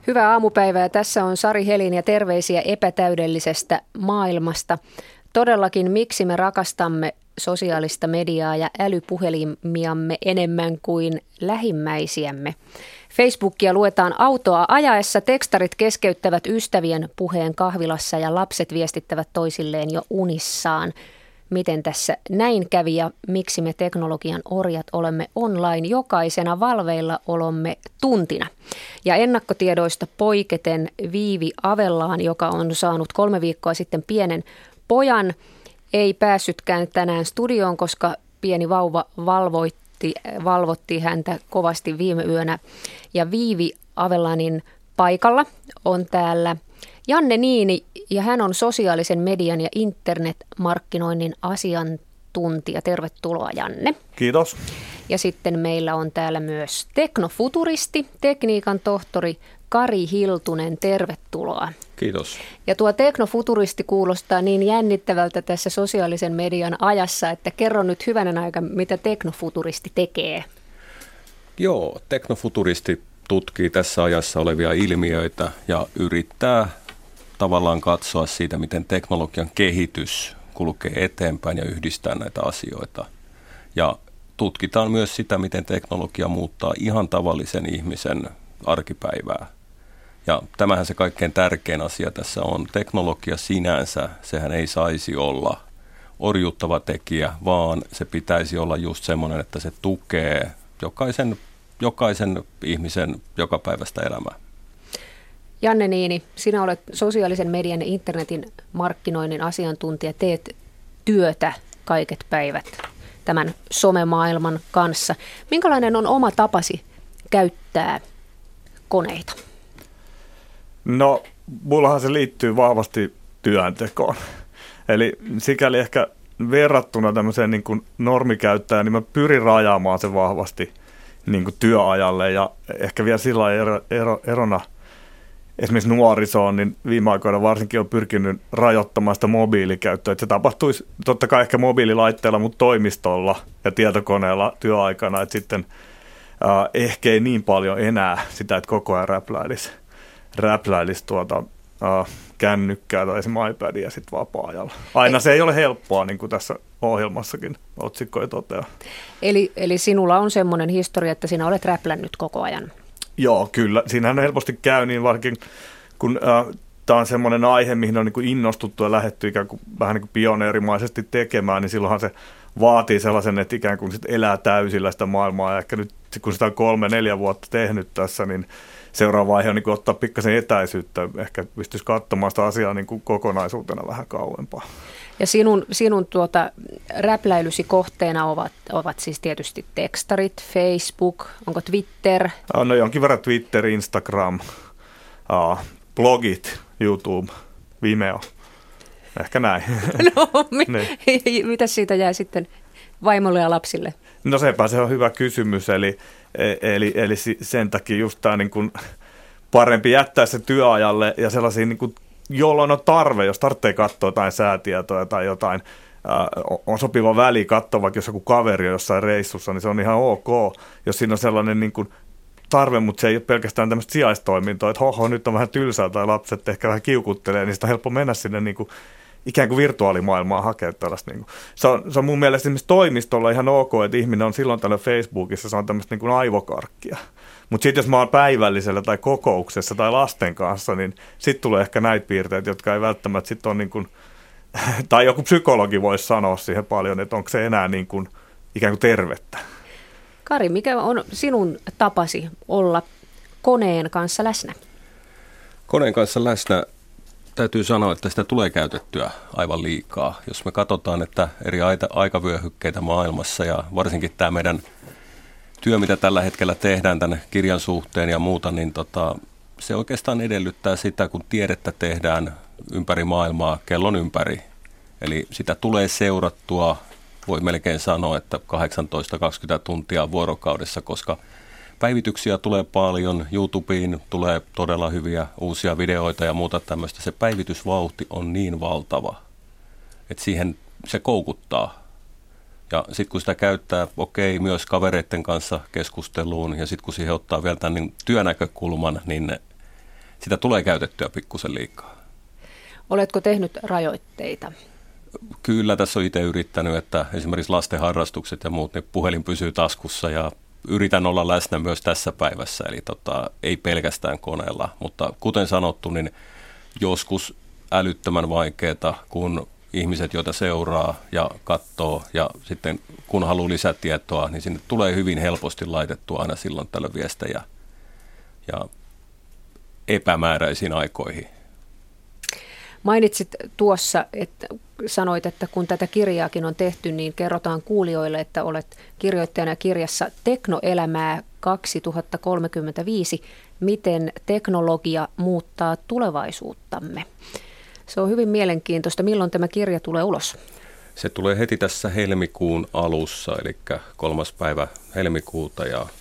Hyvää aamupäivää. Tässä on Sari Helin ja terveisiä epätäydellisestä maailmasta. Todellakin, miksi me rakastamme sosiaalista mediaa ja älypuhelimiamme enemmän kuin lähimmäisiämme. Facebookia luetaan autoa ajaessa, tekstarit keskeyttävät ystävien puheen kahvilassa ja lapset viestittävät toisilleen jo unissaan. Miten tässä näin kävi ja miksi me teknologian orjat olemme online jokaisena valveilla olomme tuntina. Ja ennakkotiedoista poiketen Viivi Avellaan, joka on saanut 3 viikkoa sitten pienen pojan, ei päässytkään tänään studioon, koska pieni vauva valvotti häntä kovasti viime yönä. Ja Viivi Avellanin paikalla on täällä Janne Niini, ja hän on sosiaalisen median ja internetmarkkinoinnin asiantuntija. Tervetuloa, Janne. Kiitos. Ja sitten meillä on täällä myös teknofuturisti, tekniikan tohtori Kari Hiltunen. Tervetuloa. Kiitos. Ja tuo teknofuturisti kuulostaa niin jännittävältä tässä sosiaalisen median ajassa, että kerro nyt hyvänen aika, mitä teknofuturisti tekee. Joo, teknofuturisti tutkii tässä ajassa olevia ilmiöitä ja yrittää tavallaan katsoa siitä, miten teknologian kehitys kulkee eteenpäin ja yhdistää näitä asioita. Ja tutkitaan myös sitä, miten teknologia muuttaa ihan tavallisen ihmisen arkipäivää. Ja tämähän se kaikkein tärkein asia tässä on. Teknologia sinänsä, sehän ei saisi olla orjuuttava tekijä, vaan se pitäisi olla just semmoinen, että se tukee jokaisen ihmisen jokapäiväistä elämää. Janne Niini, sinä olet sosiaalisen median ja internetin markkinoinnin asiantuntija, teet työtä kaiket päivät tämän somemaailman kanssa. Minkälainen on oma tapasi käyttää koneita? No, mullahan se liittyy vahvasti työntekoon. Eli sikäli ehkä verrattuna tämmöiseen niin kuin normikäyttäjään, niin mä pyrin rajaamaan se vahvasti niin kuin työajalle. Ja ehkä vielä sillä erona esimerkiksi nuorisoon, niin viime aikoina varsinkin on pyrkinyt rajoittamaan sitä mobiilikäyttöä. Että se tapahtuisi totta kai ehkä mobiililaitteella, mutta toimistolla ja tietokoneella työaikana. Että sitten ehkä ei niin paljon enää sitä, että koko ajan räpläilisi kännykkää tai esimerkiksi iPadia sitten vapaa-ajalla. Aina se ei ole helppoa, niin kuin tässä ohjelmassakin otsikkoja toteaa. Eli sinulla on semmoinen historia, että sinä olet räplännyt koko ajan. Joo, kyllä. Siinähän helposti käy niin, varsinkin kun tämä on semmoinen aihe, mihin on niin kuin innostuttu ja lähdetty ikään kuin vähän niin kuin pioneerimaisesti tekemään, niin silloinhan se vaatii sellaisen, että ikään kuin sit elää täysillä sitä maailmaa. Ja ehkä nyt, kun sitä on 3-4 vuotta tehnyt tässä, niin seuraava vaihe on niin kuin ottaa pikkasen etäisyyttä. Ehkä pystyisi katsomaan sitä asiaa niin kuin kokonaisuutena vähän kauempaa. Ja sinun räpläilysi kohteena ovat siis tietysti tekstarit, Facebook, onko Twitter? No jonkin verran Twitter, Instagram, blogit, YouTube, Vimeo. Ehkä näin. No, mitä siitä jää sitten vaimolle ja lapsille? No se on hyvä kysymys, eli sen takia just tämä niin kuin parempi jättää se työajalle ja sellaisia, niin kuin, jolloin on tarve, jos tarvitsee katsoa jotain säätietoa tai jotain, on sopiva väli katsoa, vaikka jos joku kaveri on jossain reissussa, niin se on ihan ok, jos siinä on sellainen niin kuin tarve, mutta se ei ole pelkästään tämmöistä sijaistoimintoa, että nyt on vähän tylsää tai lapset ehkä vähän kiukuttelee, niin sitä on helppo mennä sinne niin kuin ikään kuin virtuaalimaailmaan hakea tällaista. Niin kuin. Se on mun mielestä esimerkiksi toimistolla ihan ok, että ihminen on silloin tällä Facebookissa, se on tämmöistä niin kuin aivokarkkia. Mutta sitten jos mä oon päivällisellä tai kokouksessa tai lasten kanssa, niin sitten tulee ehkä näitä piirteitä, jotka ei välttämättä sitten ole niin kuin, tai joku psykologi voisi sanoa siihen paljon, että onko se enää niin kuin ikään kuin tervettä. Kari, mikä on sinun tapasi olla koneen kanssa läsnä? Koneen kanssa läsnä täytyy sanoa, että sitä tulee käytettyä aivan liikaa. Jos me katsotaan, että eri aikavyöhykkeitä maailmassa ja varsinkin tämä meidän työ, mitä tällä hetkellä tehdään tämän kirjan suhteen ja muuta, niin se oikeastaan edellyttää sitä, kun tiedettä tehdään ympäri maailmaa kellon ympäri. Eli sitä tulee seurattua, voi melkein sanoa, että 18-20 tuntia vuorokaudessa, koska päivityksiä tulee paljon, YouTubeen tulee todella hyviä uusia videoita ja muuta tämmöistä. Se päivitysvauhti on niin valtava, että siihen se koukuttaa. Ja sitten kun sitä käyttää, myös kavereiden kanssa keskusteluun ja sitten kun siihen ottaa vielä tämän niin työnäkökulman, niin sitä tulee käytettyä pikkusen liikaa. Oletko tehnyt rajoitteita? Kyllä tässä on itse yrittänyt, että esimerkiksi lasten harrastukset ja muut, niin puhelin pysyy taskussa ja yritän olla läsnä myös tässä päivässä, eli ei pelkästään koneella, mutta kuten sanottu, niin joskus älyttömän vaikeaa, kun ihmiset, joita seuraa ja katsoo ja sitten kun haluaa lisätietoa, niin sinne tulee hyvin helposti laitettua aina silloin tällöin viestejä ja epämääräisiin aikoihin. Mainitsit tuossa, että sanoit, että kun tätä kirjaakin on tehty, niin kerrotaan kuulijoille, että olet kirjoittajana kirjassa Teknoelämää 2035, miten teknologia muuttaa tulevaisuuttamme. Se on hyvin mielenkiintoista. Milloin tämä kirja tulee ulos? Se tulee heti tässä helmikuun alussa, eli 3. päivä helmikuuta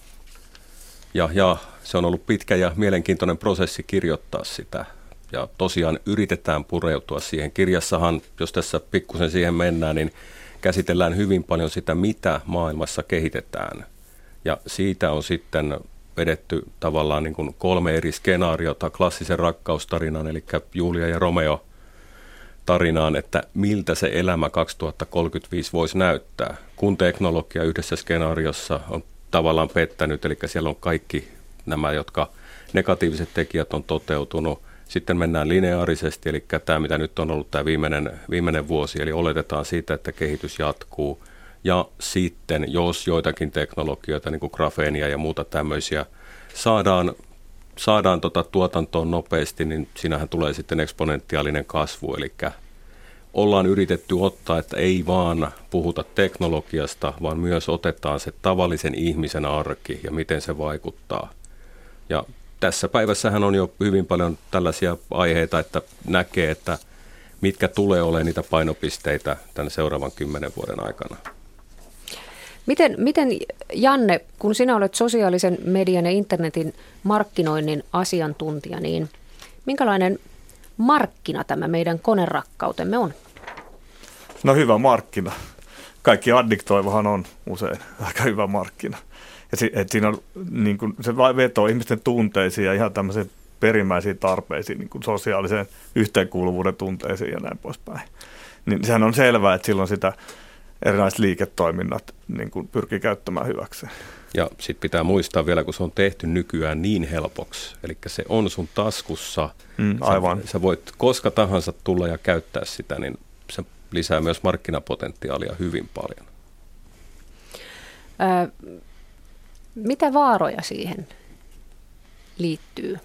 ja se on ollut pitkä ja mielenkiintoinen prosessi kirjoittaa sitä. Ja tosiaan yritetään pureutua siihen. Kirjassahan, jos tässä pikkusen siihen mennään, niin käsitellään hyvin paljon sitä, mitä maailmassa kehitetään. Ja siitä on sitten vedetty tavallaan niin kuin 3 eri skenaariota klassisen rakkaustarinan, eli Julia ja Romeo tarinaan, että miltä se elämä 2035 voisi näyttää, kun teknologia yhdessä skenaariossa on tavallaan pettänyt, eli siellä on kaikki nämä, jotka negatiiviset tekijät on toteutunut. Sitten mennään lineaarisesti, eli tämä, mitä nyt on ollut tämä viimeinen vuosi, eli oletetaan siitä, että kehitys jatkuu. Ja sitten, jos joitakin teknologioita, niin kuin grafeenia ja muuta tämmöisiä, saadaan tuotantoon nopeasti, niin siinähän tulee sitten eksponentiaalinen kasvu. Eli ollaan yritetty ottaa, että ei vaan puhuta teknologiasta, vaan myös otetaan se tavallisen ihmisen arki ja miten se vaikuttaa. Ja tässä päivässähän on jo hyvin paljon tällaisia aiheita, että näkee, että mitkä tulee olemaan niitä painopisteitä tämän seuraavan 10 vuoden aikana. Miten Janne, kun sinä olet sosiaalisen median ja internetin markkinoinnin asiantuntija, niin minkälainen markkina tämä meidän konerakkautemme on? No hyvä markkina. Kaikki addiktoivahan on usein aika hyvä markkina. Ja siinä on, niin kuin, se vetoo ihmisten tunteisiin ja ihan tämmöisiin perimmäisiin tarpeisiin, niin kuin sosiaaliseen yhteenkuuluvuuden tunteisiin ja näin poispäin. Niin sehän on selvää, että silloin sitä erilaiset liiketoiminnat niin kuin pyrkii käyttämään hyväkseen. Ja sitten pitää muistaa vielä, kun se on tehty nykyään niin helpoksi. Eli se on sun taskussa. Aivan. Sä voit koska tahansa tulla ja käyttää sitä, niin se lisää myös markkinapotentiaalia hyvin paljon. Mitä vaaroja siihen liittyy?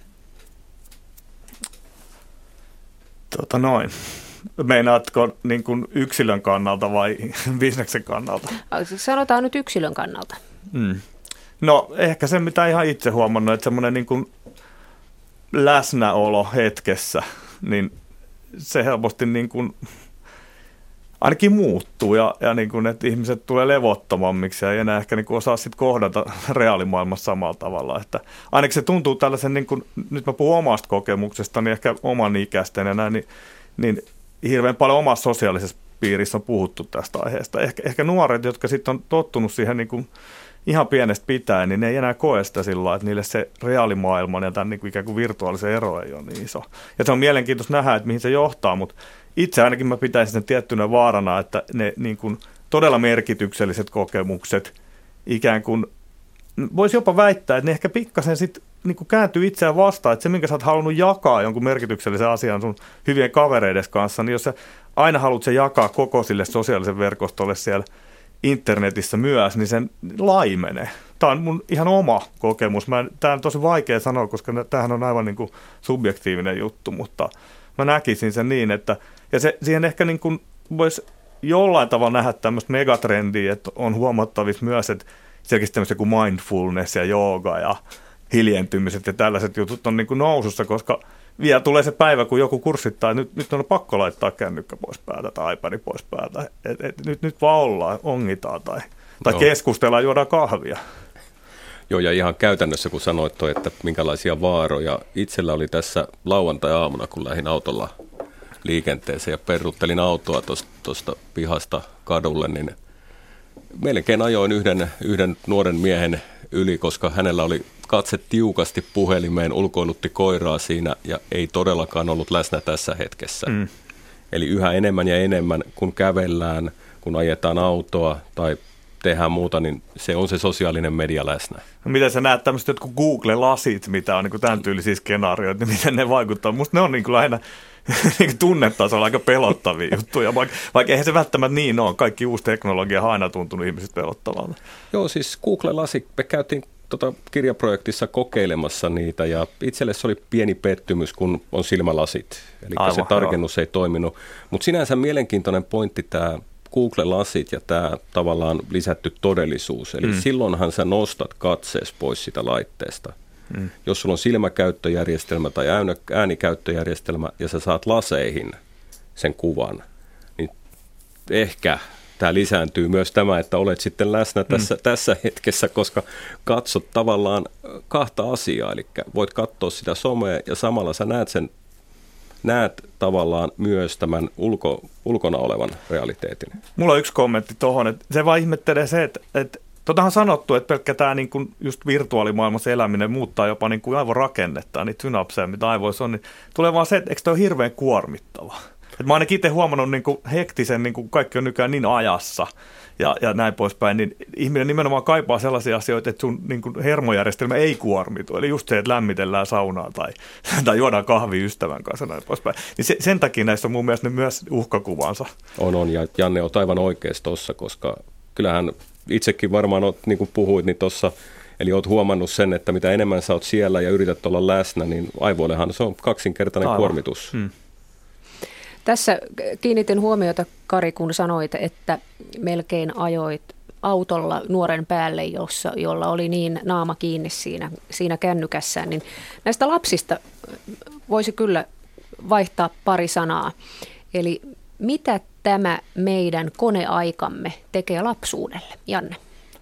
Meinaatko niin kuin yksilön kannalta vai bisneksen kannalta? Sanotaan nyt yksilön kannalta. No ehkä se, mitä ihan itse huomannut, että semmoinen niin kuin läsnäolo hetkessä, niin se helposti niin kuin ainakin muuttuu ja niin kuin, että ihmiset tulee levottomammiksi ja ei enää ehkä niin kuin osaa sitten kohdata reaalimaailmassa samalla tavalla. Että ainakin se tuntuu tällaisen, niin kuin, nyt mä puhun omasta kokemuksesta, niin ehkä oman ikäisten ja näin, niin hirveän paljon omassa sosiaalisessa piirissä on puhuttu tästä aiheesta. Ehkä nuoret, jotka sitten on tottunut siihen niin kuin ihan pienestä pitäen, niin ne ei enää koe sitä sillä lailla, että niille se reaalimaailman ja tämän niin kuin ikään kuin virtuaalisen ero ei ole niin iso. Ja se on mielenkiintoista nähdä, että mihin se johtaa, mutta itse ainakin mä pitäisin sen tiettynä vaarana, että ne niin kuin todella merkitykselliset kokemukset ikään kuin, voisi jopa väittää, että ne ehkä pikkasen sitten niin kuin kääntyy itseään vastaan, että se, minkä sä oot halunnut jakaa jonkun merkityksellisen asian sun hyvien kavereiden kanssa, niin jos sä aina haluat se jakaa koko sille sosiaalisen verkostolle siellä internetissä myös, niin sen laimenee. Tämä on mun ihan oma kokemus. Tämä on tosi vaikea sanoa, koska tämähän on aivan niin kuin subjektiivinen juttu, mutta mä näkisin sen niin, että ja siihen ehkä niin kuin voisi jollain tavalla nähdä tämmöistä megatrendiä, että on huomattavissa myös, että selkeästi tämmöistä kuin mindfulness ja jooga ja hiljentymiset ja tällaiset jutut on niin kuin nousussa, koska vielä tulee se päivä, kun joku kurssittaa, että nyt on pakko laittaa kännykkä pois päältä tai iPad pois päältä. Nyt vaan ollaan, ongitaan tai keskustellaan, juodaan kahvia. Joo, ja ihan käytännössä, kun sanoit toi, että minkälaisia vaaroja. Itsellä oli tässä lauantai-aamuna, kun lähdin autolla liikenteeseen ja perruttelin autoa tuosta pihasta kadulle, niin melkein ajoin yhden nuoren miehen yli, koska hänellä oli katse tiukasti puhelimeen, ulkoilutti koiraa siinä ja ei todellakaan ollut läsnä tässä hetkessä. Eli yhä enemmän ja enemmän, kun kävellään, kun ajetaan autoa tai tehdään muuta, niin se on se sosiaalinen media läsnä. No, miten sä näet tämmöiset jotkut Google-lasit, mitä on niin tämän tyylisiä skenaarioita, niin miten ne vaikuttaa? Musta ne on niin lähinnä niin tunnetasolla aika pelottavia juttuja, vaikka eihän se välttämättä niin ole. Kaikki uusi teknologia on aina tuntunut ihmiset pelottavalta. Joo, siis Google-lasi, me käytiin kirjaprojektissa kokeilemassa niitä ja itselle se oli pieni pettymys, kun on silmälasit. Eli aivan, se tarkennus ei toiminut. Mutta sinänsä mielenkiintoinen pointti tämä Google-lasit ja tämä tavallaan lisätty todellisuus. Eli silloinhan sä nostat katsees pois sitä laitteesta. Jos sulla on silmäkäyttöjärjestelmä tai äänikäyttöjärjestelmä ja sä saat laseihin sen kuvan, niin ehkä tämä lisääntyy myös tämä, että olet sitten läsnä tässä hetkessä, koska katsot tavallaan kahta asiaa. Eli voit katsoa sitä somea ja samalla sä näet tavallaan myös tämän ulkona olevan realiteetin. Mulla on yksi kommentti tuohon, että se vaan ihmettelee se, että totahan sanottu, että pelkkä tämä niin kuin just virtuaalimaailmassa eläminen muuttaa jopa niin kuin aivorakennetta, niitä synapseja, mitä aivoissa on, niin tulee vaan se, että eikö toi ole hirveän kuormittava. Et mä ainakin itse huomannut niin kuin hektisen, niin kuin kaikki on nykyään niin ajassa ja näin poispäin, niin ihminen nimenomaan kaipaa sellaisia asioita, että sun niin kuin hermojärjestelmä ei kuormitu. Eli just se, että lämmitellään saunaa tai juodaan kahvia ystävän kanssa näin poispäin. Niin sen takia näissä on mun mielestä ne myös uhkakuvansa. On, ja Janne on aivan oikeassa tuossa, koska kyllähän itsekin varmaan olet, niin kuin puhuit, niin tuossa, eli olet huomannut sen, että mitä enemmän sä oot siellä ja yrität olla läsnä, niin aivoillehan se on kaksinkertainen kuormitus. Tässä kiinnitin huomiota, Kari, kun sanoit, että melkein ajoit autolla nuoren päälle, jolla oli niin naama kiinni siinä kännykässään. Niin näistä lapsista voisi kyllä vaihtaa pari sanaa. Eli mitä tämä meidän koneaikamme tekee lapsuudelle, Janne?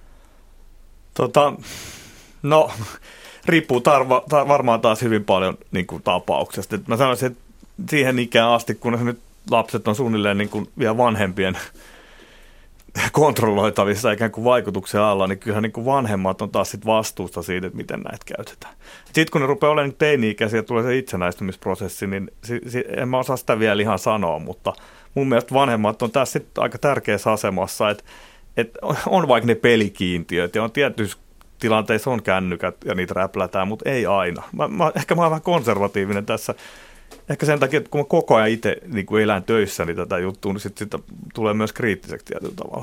No, riippuu varmaan taas hyvin paljon niin kuin tapauksesta. Et mä sanoisin, että siihen ikään asti, kun nyt lapset on suunnilleen niin kuin vielä vanhempien kontrolloitavissa ikään kuin vaikutuksen alla, niin kyllähän niin kuin vanhemmat on taas sit vastuussa siitä, että miten näitä käytetään. Sitten kun ne rupeaa olemaan teini-ikäisiä ja tulee se itsenäistymisprosessi, niin en mä osaa sitä vielä ihan sanoa, mutta mun mielestä vanhemmat on tässä sit aika tärkeässä asemassa, että on vaikka ne pelikiintiöt ja on tietyissä tilanteissa on kännykät ja niitä räplätään, mutta ei aina. Ehkä mä oon vähän konservatiivinen tässä. Ehkä sen takia, että kun mä koko ajan itse niin kun elän töissä, niin tätä juttua, niin sitten tulee myös kriittiseksi tietyllä tavalla.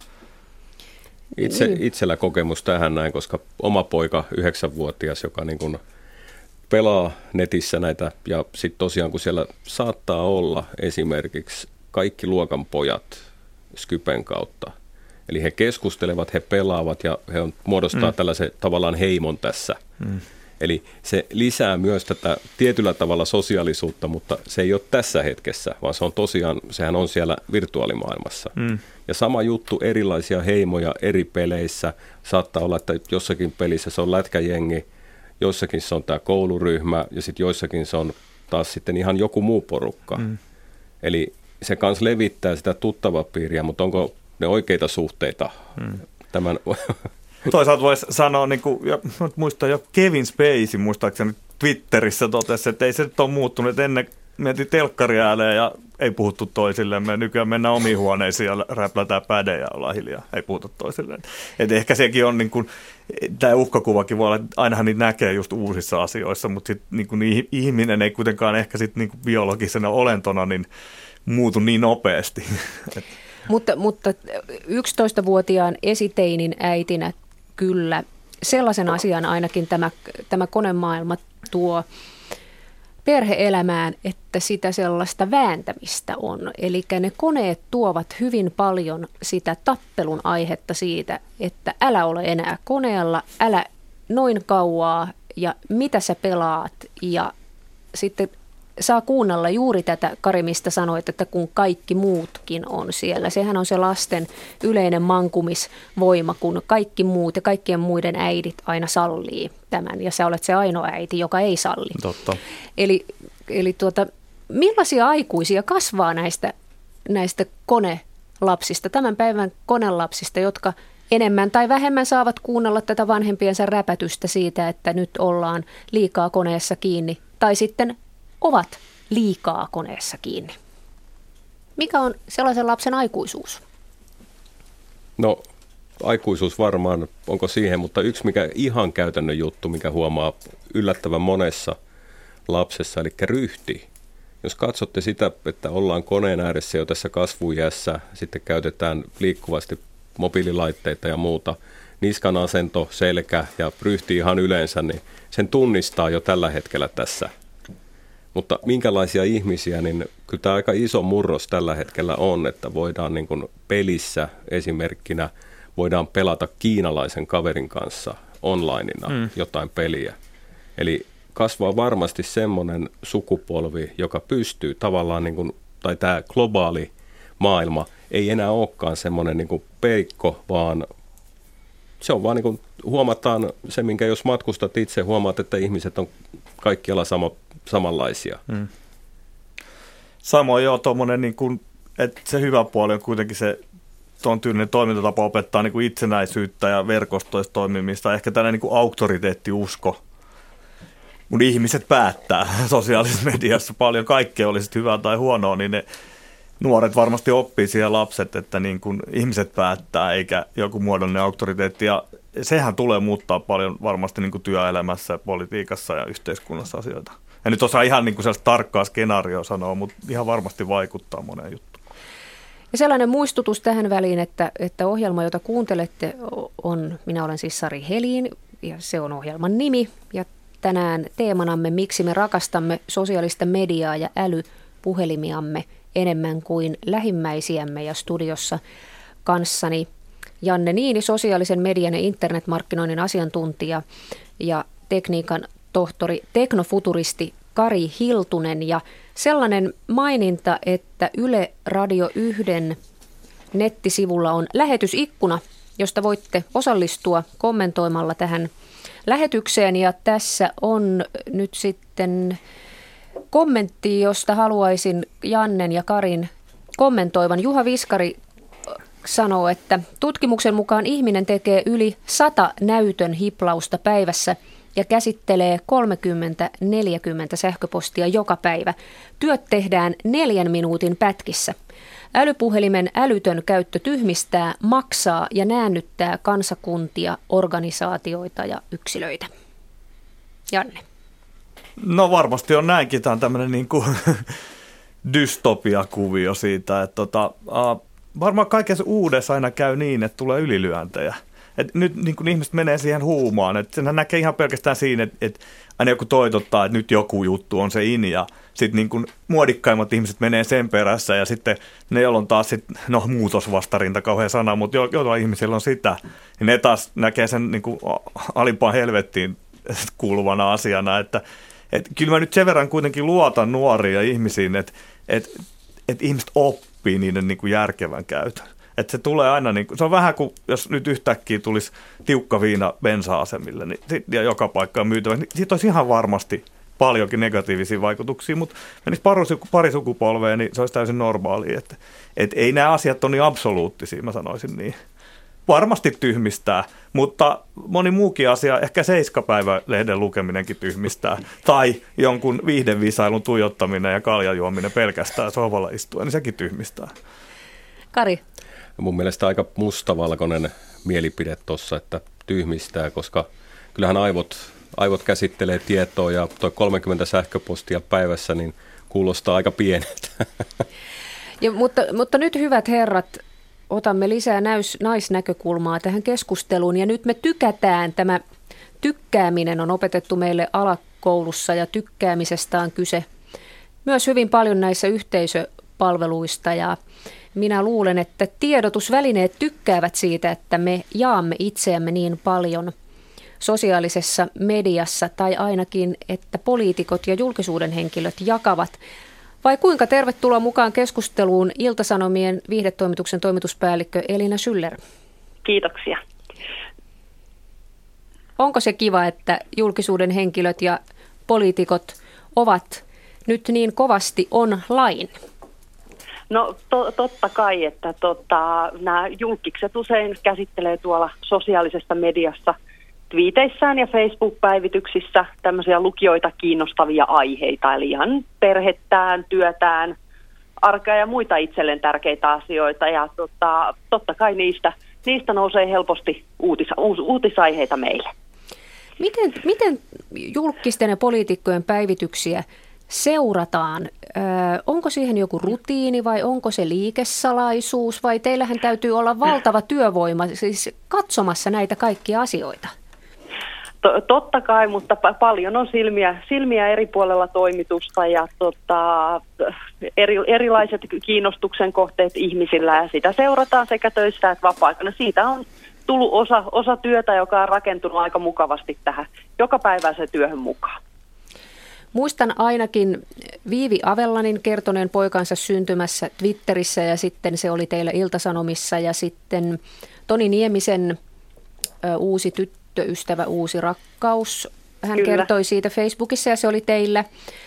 Itsellä kokemus tähän näin, koska oma poika, 9-vuotias, joka niin kun pelaa netissä näitä, ja sitten tosiaan kun siellä saattaa olla esimerkiksi kaikki luokan pojat Skypen kautta, eli he keskustelevat, he pelaavat ja he muodostaa tällaisen tavallaan heimon tässä. Eli se lisää myös tätä tietyllä tavalla sosiaalisuutta, mutta se ei ole tässä hetkessä, vaan se on tosiaan, sehän on siellä virtuaalimaailmassa. Ja sama juttu, erilaisia heimoja eri peleissä. Saattaa olla, että jossakin pelissä se on lätkäjengi, joissakin se on tämä kouluryhmä ja sitten joissakin se on taas sitten ihan joku muu porukka. Eli se kans levittää sitä tuttavapiiriä, mutta onko ne oikeita suhteita tämän... Toisaalta voisi sanoa, niin kuin, muistan jo Kevin Spacey, muistaakseni Twitterissä totesi, että ei se nyt ole muuttunut. Ennen mentiin telkkari ääneen ja ei puhuttu toisillemme. Nykyään mennään omiin huoneisiin ja räplätään päde ja ollaan hiljaa. Ei puhuta toisilleen. Et ehkä sekin on, niin kuin, tämä uhkakuvakin voi olla, että ainahan niitä näkee just uusissa asioissa, mutta sit, niin kuin, ihminen ei kuitenkaan ehkä sit, niin kuin biologisena olentona niin muutu niin nopeasti. Mutta 11-vuotiaan esiteinin äitinä kyllä sellaisen asian ainakin tämä konemaailma tuo perhe-elämään, että sitä sellaista vääntämistä on. Eli ne koneet tuovat hyvin paljon sitä tappelun aihetta siitä, että älä ole enää koneella, älä noin kauaa ja mitä sä pelaat ja sitten saa kuunnella juuri tätä, Kari, mistä sanoit, että kun kaikki muutkin on siellä. Sehän on se lasten yleinen mankumisvoima, kun kaikki muut ja kaikkien muiden äidit aina sallii tämän. Ja sä olet se ainoa äiti, joka ei salli. Totta. Eli millaisia aikuisia kasvaa näistä konelapsista, tämän päivän konelapsista, enemmän tai vähemmän saavat kuunnella tätä vanhempiensa räpätystä siitä, että nyt ollaan liikaa koneessa kiinni, tai sitten ovat liikaa koneessa kiinni. Mikä on sellaisen lapsen aikuisuus? No aikuisuus varmaan, onko siihen, mutta yksi mikä ihan käytännön juttu, mikä huomaa yllättävän monessa lapsessa, eli ryhti. Jos katsotte sitä, että ollaan koneen ääressä jo tässä kasvuiässä, sitten käytetään liikkuvasti mobiililaitteita ja muuta, niskan asento, selkä ja ryhti ihan yleensä, niin sen tunnistaa jo tällä hetkellä tässä. Mutta minkälaisia ihmisiä, niin kyllä tämä aika iso murros tällä hetkellä on, että voidaan niin kuin pelissä esimerkkinä, voidaan pelata kiinalaisen kaverin kanssa onlineina jotain peliä. Eli kasvaa varmasti semmoinen sukupolvi, joka pystyy tavallaan, niin kuin, tai tämä globaali maailma ei enää olekaan semmoinen niin kuin peikko, vaan se on vaan niin kuin huomataan se, minkä jos matkustat itse, huomaat, että ihmiset on kaikkialla samanlaisia. Samoin joo, tuommoinen, niin kuin, että se hyvä puoli on kuitenkin se tuon tyylinen toimintatapa opettaa niin kuin itsenäisyyttä ja verkostoista toimimista, ehkä tällainen niin kuin auktoriteettiusko. Kun ihmiset päättää sosiaalisessa mediassa paljon kaikkea, oli sitten hyvää tai huonoa, niin ne nuoret varmasti oppii siihen lapset, että niin kuin ihmiset päättää eikä joku muodollinen auktoriteetti. Ja sehän tulee muuttaa paljon varmasti niin kuin työelämässä, politiikassa ja yhteiskunnassa asioita. En nyt osaa ihan niin kuin sellaista tarkkaa skenaarioa sanoa, mutta ihan varmasti vaikuttaa moneen juttuun. Ja sellainen muistutus tähän väliin, että ohjelma, jota kuuntelette, on, minä olen siis Sari Helin ja se on ohjelman nimi. Ja tänään teemanamme, miksi me rakastamme sosiaalista mediaa ja älypuhelimiamme enemmän kuin lähimmäisiämme, ja studiossa kanssani Janne Niini, sosiaalisen median ja internetmarkkinoinnin asiantuntija ja tekniikan tohtori, teknofuturisti Kari Hiltunen, ja sellainen maininta, että Yle Radio 1 nettisivulla on lähetysikkuna, josta voitte osallistua kommentoimalla tähän lähetykseen, ja tässä on nyt sitten kommentti, josta haluaisin Jannen ja Karin kommentoivan. Juha Viskari sanoo, että tutkimuksen mukaan ihminen tekee yli 100 näytön hiplausta päivässä ja käsittelee 30-40 sähköpostia joka päivä. Työt tehdään 4 minuutin pätkissä. Älypuhelimen älytön käyttö tyhmistää, maksaa ja näännyttää kansakuntia, organisaatioita ja yksilöitä. Janne. No varmasti on näinkin. Tämä on tämmöinen niin kuin dystopia-kuvio siitä, että varmaan kaikessa uudessa aina käy niin, että tulee ylilyöntejä. Et nyt niin kuin ihmiset menee siihen huumaan, että senhän näkee ihan pelkästään siinä, että aina joku toitottaa, että nyt joku juttu on se in, ja sitten niin kuin muodikkaimmat ihmiset menee sen perässä, ja sitten ne, joilla on taas muutosvastarinta, kauhean sana, mutta joilla ihmisillä on sitä, niin ne taas näkee sen niin kuin alimpaan helvettiin kuuluvana asiana, että kyllä mä nyt sen verran kuitenkin luotan nuoria ihmisiin, että ihmiset oppii niiden niin kuin järkevän käytön. Että se tulee aina, niin kuin, se on vähän kuin jos nyt yhtäkkiä tulisi tiukka viina bensa-asemille niin, ja joka paikkaan myytävä, niin siitä olisi ihan varmasti paljonkin negatiivisia vaikutuksia, mutta menisi pari sukupolvea, niin se olisi täysin normaalia. Että ei nämä asiat ole niin absoluuttisia, mä sanoisin niin. Varmasti tyhmistää, mutta moni muukin asia, ehkä 7-päivälehden lukeminenkin tyhmistää. Tai jonkun viihdevisailun tuijottaminen ja kaljajuominen pelkästään sohvalla istuen, niin sekin tyhmistää. Kari. Mun mielestä aika mustavalkoinen mielipide tuossa, että tyhmistää, koska kyllähän aivot käsittelee tietoa ja tuo 30 sähköpostia päivässä niin kuulostaa aika pieneltä. Ja, mutta nyt hyvät herrat, otamme lisää naisnäkökulmaa tähän keskusteluun ja nyt me tykätään. Tämä tykkääminen on opetettu meille alakoulussa ja tykkäämisestä on kyse myös hyvin paljon näissä yhteisöpalveluista ja minä luulen, että tiedotusvälineet tykkäävät siitä, että me jaamme itseämme niin paljon sosiaalisessa mediassa tai ainakin, että poliitikot ja julkisuuden henkilöt jakavat. Vai kuinka? Tervetuloa mukaan keskusteluun Ilta-Sanomien viihdetoimituksen toimituspäällikkö Elina Schüller. Kiitoksia. Onko se kiva, että julkisuuden henkilöt ja poliitikot ovat nyt niin kovasti online? No totta kai, että nämä julkikset usein käsittelee tuolla sosiaalisessa mediassa twiiteissään ja Facebook-päivityksissä tämmöisiä lukijoita kiinnostavia aiheita, eli ihan perhettään, työtään, arkea ja muita itselleen tärkeitä asioita, ja totta kai niistä nousee helposti uutisaiheita meille. Miten julkisten ja poliitikkojen päivityksiä seurataan? Onko siihen joku rutiini vai onko se liikesalaisuus vai teillähän täytyy olla valtava työvoima siis katsomassa näitä kaikkia asioita? Totta kai, mutta paljon on silmiä eri puolella toimitusta ja erilaiset kiinnostuksen kohteet ihmisillä ja sitä seurataan sekä töissä että vapaa-aikana. Siitä on tullut osa työtä, joka on rakentunut aika mukavasti tähän jokapäiväiseen työhön mukaan. Muistan ainakin Viivi Avellanin kertoneen poikansa syntymässä Twitterissä ja sitten se oli teillä Ilta-Sanomissa ja sitten Toni Niemisen uusi tyttöystävä, uusi rakkaus. Hän Kyllä. kertoi siitä Facebookissa ja se oli teillä.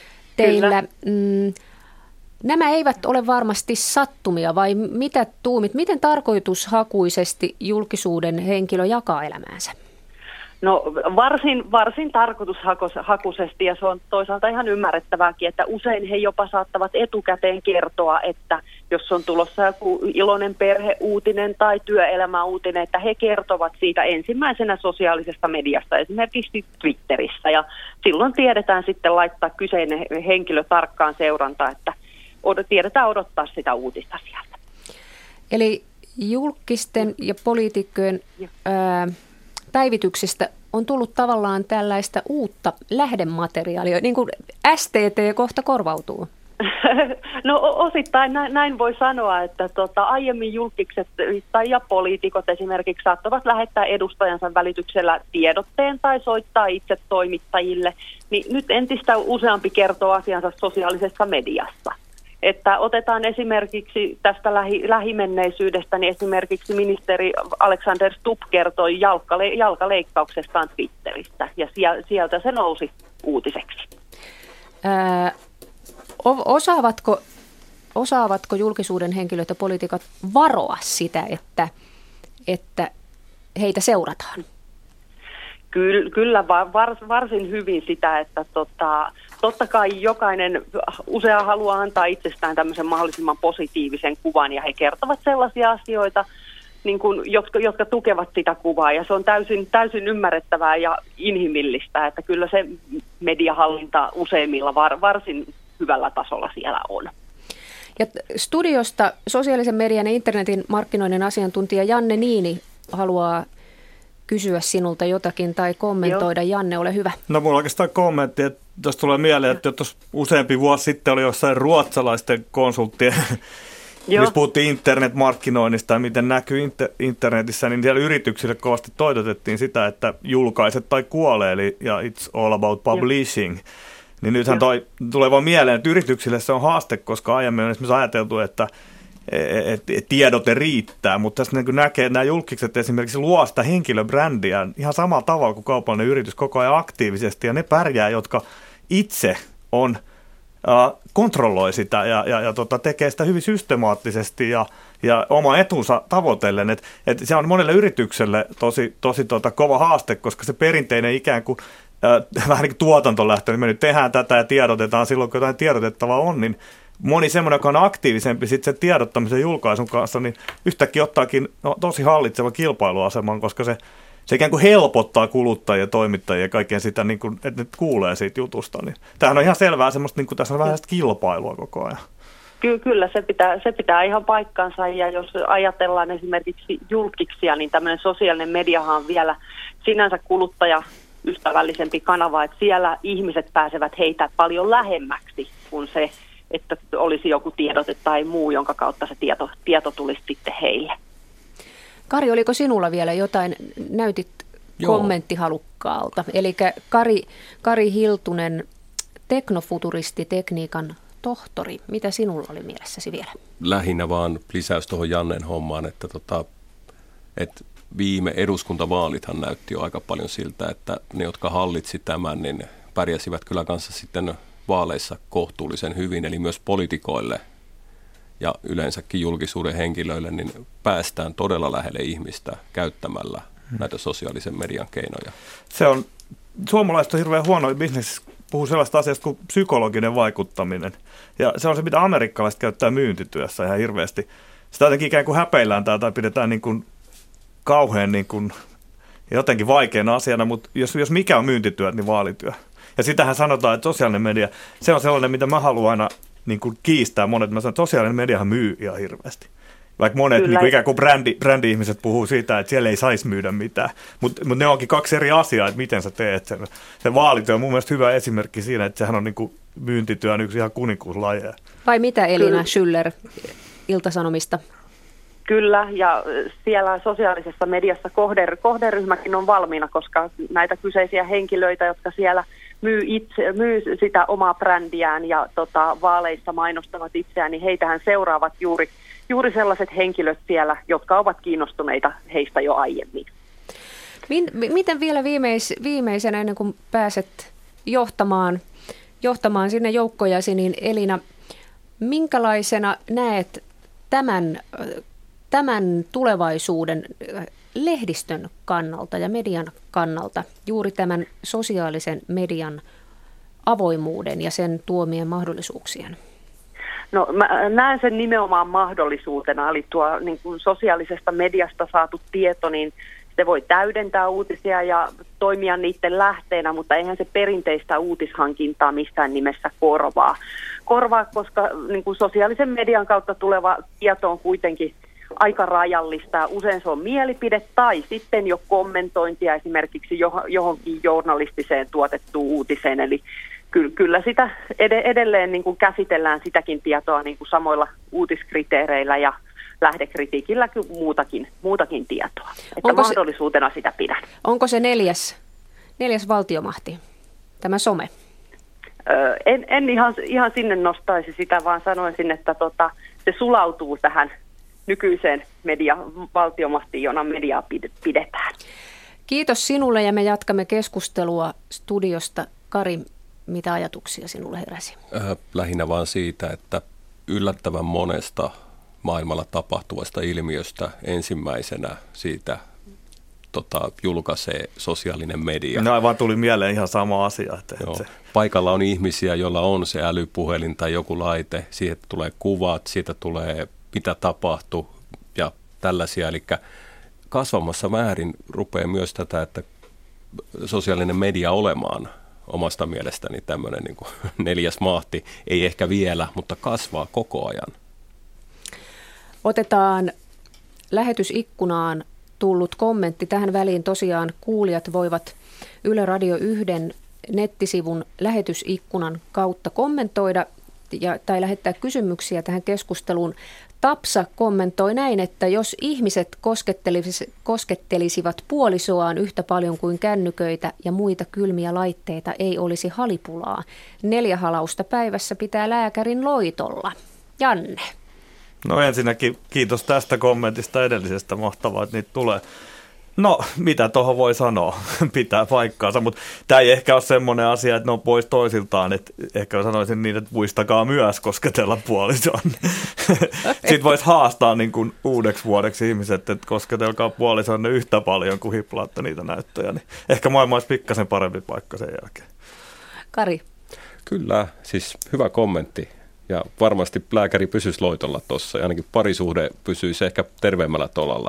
Nämä eivät ole varmasti sattumia vai mitä tuumit? Miten tarkoitushakuisesti julkisuuden henkilö jakaa elämäänsä? No varsin tarkoitushakuisesti ja se on toisaalta ihan ymmärrettävääkin, että usein he jopa saattavat etukäteen kertoa, että jos on tulossa joku iloinen perheuutinen tai työelämäuutinen, että he kertovat siitä ensimmäisenä sosiaalisesta mediasta, esimerkiksi Twitterissä ja silloin tiedetään sitten laittaa kyseinen henkilö tarkkaan seuranta, että tiedetään odottaa sitä uutista sieltä. Eli julkisten ja poliitikkojen päivityksestä on tullut tavallaan tällaista uutta lähdemateriaalia, niin kuin STT kohta korvautuu. No osittain näin voi sanoa, että aiemmin julkikset ja poliitikot esimerkiksi saattavat lähettää edustajansa välityksellä tiedotteen tai soittaa itse toimittajille, niin nyt entistä useampi kertoo asiansa sosiaalisessa mediassa. Että otetaan esimerkiksi tästä lähimenneisyydestä, niin esimerkiksi ministeri Alexander Stubb kertoi jalkaleikkauksestaan Twitteristä ja sieltä se nousi uutiseksi. Osaavatko julkisuuden henkilöt ja poliitikot varoa sitä, että heitä seurataan? Kyllä varsin hyvin sitä, että totta kai jokainen usea haluaa antaa itsestään tämmöisen mahdollisimman positiivisen kuvan ja he kertovat sellaisia asioita, niin kuin, jotka tukevat sitä kuvaa ja se on täysin ymmärrettävää ja inhimillistä, että kyllä se mediahallinta useimmilla varsin hyvällä tasolla siellä on. Ja studiosta sosiaalisen median ja internetin markkinoinnin asiantuntija Janne Niini haluaa kysyä sinulta jotakin tai kommentoida. Joo. Janne, ole hyvä. No mulla on oikeastaan kommentti, että jos tulee mieleen, että jos useampi vuosi sitten oli jossain ruotsalaisten konsulttien, missä puhuttiin internetmarkkinoinnista ja miten näkyy internetissä, niin siellä yrityksille kovasti toitotettiin sitä, että julkaiset tai kuole, eli ja it's all about publishing. Niin nythän tulee vaan mieleen, että yrityksille se on haaste, koska aiemmin on esimerkiksi ajateltu, että tiedote riittää, mutta tässä niin näkee, että nämä julkikset esimerkiksi luo sitä henkilöbrändiä ihan samalla tavalla kuin kaupallinen yritys koko ajan aktiivisesti, ja ne pärjää, jotka itse kontrolloi sitä ja tekee sitä hyvin systemaattisesti ja oma etunsa tavoitellen. Et se on monelle yritykselle tosi kova haaste, koska se perinteinen ikään kuin vähän niin kuin tuotantolähtö, niin me nyt tehdään tätä ja tiedotetaan silloin, kun jotain tiedotettavaa on, niin moni semmoinen, joka on aktiivisempi sitten sen tiedottamisen julkaisun kanssa, niin yhtäkkiä ottaakin tosi hallitseva kilpailuaseman, koska se ikään kuin helpottaa kuluttajia, toimittajia ja kaikkea sitä, niin kuin, että ne kuulee siitä jutusta. Niin tämähän on ihan selvää semmoista, niin kuin tässä on vähän kilpailua koko ajan. Kyllä, se pitää ihan paikkansa ja jos ajatellaan esimerkiksi julkiksia, niin tämmöinen sosiaalinen mediahan on vielä sinänsä kuluttajaystävällisempi kanava, että siellä ihmiset pääsevät heitä paljon lähemmäksi kuin se, että olisi joku tiedote tai muu, jonka kautta se tieto tulisi sitten heille. Kari, oliko sinulla vielä jotain? Näytit kommenttihalukkaalta. Eli Kari Hiltunen, teknofuturisti, tekniikan tohtori. Mitä sinulla oli mielessäsi vielä? Lähinnä vaan lisäys tuohon Jannen hommaan, että viime eduskuntavaalithan näytti jo aika paljon siltä, että ne, jotka hallitsi tämän, niin pärjäsivät kyllä kanssa sitten vaaleissa kohtuullisen hyvin, eli myös poliitikoille ja yleensäkin julkisuuden henkilöille, niin päästään todella lähelle ihmistä käyttämällä näitä sosiaalisen median keinoja. Se on, suomalaiset on hirveän huono bisnes, puhuu sellaista asiasta kuin psykologinen vaikuttaminen. Ja se on se, mitä amerikkalaiset käyttää myyntityössä ihan hirveästi. Sitä jotenkin ikään kuin häpeillään tai pidetään niin kuin kauhean niin kuin jotenkin vaikeana asiana, mutta jos mikä on myyntityöt, niin vaalityö. Ja sitähän sanotaan, että sosiaalinen media, se on sellainen, mitä mä haluan aina niin kuin kiistää monet. Mä sanon, että sosiaalinen mediahan myy ihan hirveästi. Vaikka monet niin kuin ikään kuin brändi-ihmiset puhuu siitä, että siellä ei saisi myydä mitään. Mutta ne onkin kaksi eri asiaa, että miten sä teet sen. Se vaalityö on mun mielestä hyvä esimerkki siinä, että sehän on niin kuin myyntityön yksi ihan kuninkuuslajeja. Vai mitä Elina Schüller Ilta-Sanomista? Kyllä, ja siellä sosiaalisessa mediassa kohderyhmäkin on valmiina, koska näitä kyseisiä henkilöitä, jotka siellä myy sitä omaa brändiään ja vaaleissa mainostavat itseään, niin heitähän seuraavat juuri sellaiset henkilöt siellä, jotka ovat kiinnostuneita heistä jo aiemmin. Miten vielä viimeisenä, ennen kuin pääset johtamaan sinne joukkojasi, niin Elina, minkälaisena näet tämän tulevaisuuden lehdistön kannalta ja median kannalta, juuri tämän sosiaalisen median avoimuuden ja sen tuomien mahdollisuuksien? No mä näen sen nimenomaan mahdollisuutena, eli tuo niin kuin sosiaalisesta mediasta saatu tieto, niin se voi täydentää uutisia ja toimia niiden lähteenä, mutta eihän se perinteistä uutishankintaa missään nimessä korvaa, koska niin kuin sosiaalisen median kautta tuleva tieto on kuitenkin aika rajallista. Usein se on mielipide tai sitten jo kommentointia esimerkiksi johonkin journalistiseen tuotettuun uutiseen. Eli kyllä sitä edelleen niin kuin käsitellään sitäkin tietoa niin kuin samoilla uutiskriteereillä ja lähdekritiikillä kuin muutakin tietoa. Että mahdollisuutena sitä pidän. Onko se neljäs valtiomahti, tämä some? En ihan sinne nostaisi sitä, vaan sanoisin, että se sulautuu tähän nykyiseen valtiomahtiin, jona mediaa pidetään. Kiitos sinulle ja me jatkamme keskustelua studiosta. Kari, mitä ajatuksia sinulle heräsi? Lähinnä vaan siitä, että yllättävän monesta maailmalla tapahtuvasta ilmiöstä ensimmäisenä siitä julkaisee sosiaalinen media. No aivan tuli mieleen ihan sama asia. Paikalla on ihmisiä, joilla on se älypuhelin tai joku laite, siitä tulee kuvat, siitä tulee mitä tapahtui ja tällaisia. Eli kasvamassa määrin rupeaa myös tätä, että sosiaalinen media olemaan omasta mielestäni tämmöinen niin kuin neljäs mahti, ei ehkä vielä, mutta kasvaa koko ajan. Otetaan lähetysikkunaan tullut kommentti. Tähän väliin tosiaan kuulijat voivat Yle Radio 1 nettisivun lähetysikkunan kautta kommentoida tai lähettää kysymyksiä tähän keskusteluun. Tapsa kommentoi näin, että jos ihmiset koskettelisivat puolisoaan yhtä paljon kuin kännyköitä ja muita kylmiä laitteita, ei olisi halipulaa. 4 halausta päivässä pitää lääkärin loitolla. Janne. No ensinnäkin kiitos tästä kommentista edellisestä, mahtavaa, että niitä tulee. No, mitä tuohon voi sanoa, pitää paikkaansa, mutta tämä ei ehkä ole semmoinen asia, että ne on pois toisiltaan, että ehkä sanoisin niin, että muistakaa myös kosketella puolisoon. Sitten voisi haastaa niin kuin uudeksi vuodeksi ihmiset, että kosketelkaa puolisoonne yhtä paljon kuin hiplaatte niitä näyttöjä, niin ehkä maailma olisi pikkasen parempi paikka sen jälkeen. Kari. Kyllä, siis hyvä kommentti. Ja varmasti lääkäri pysyisi loitolla tuossa ja ainakin parisuhde pysyisi ehkä terveemmällä tolalla.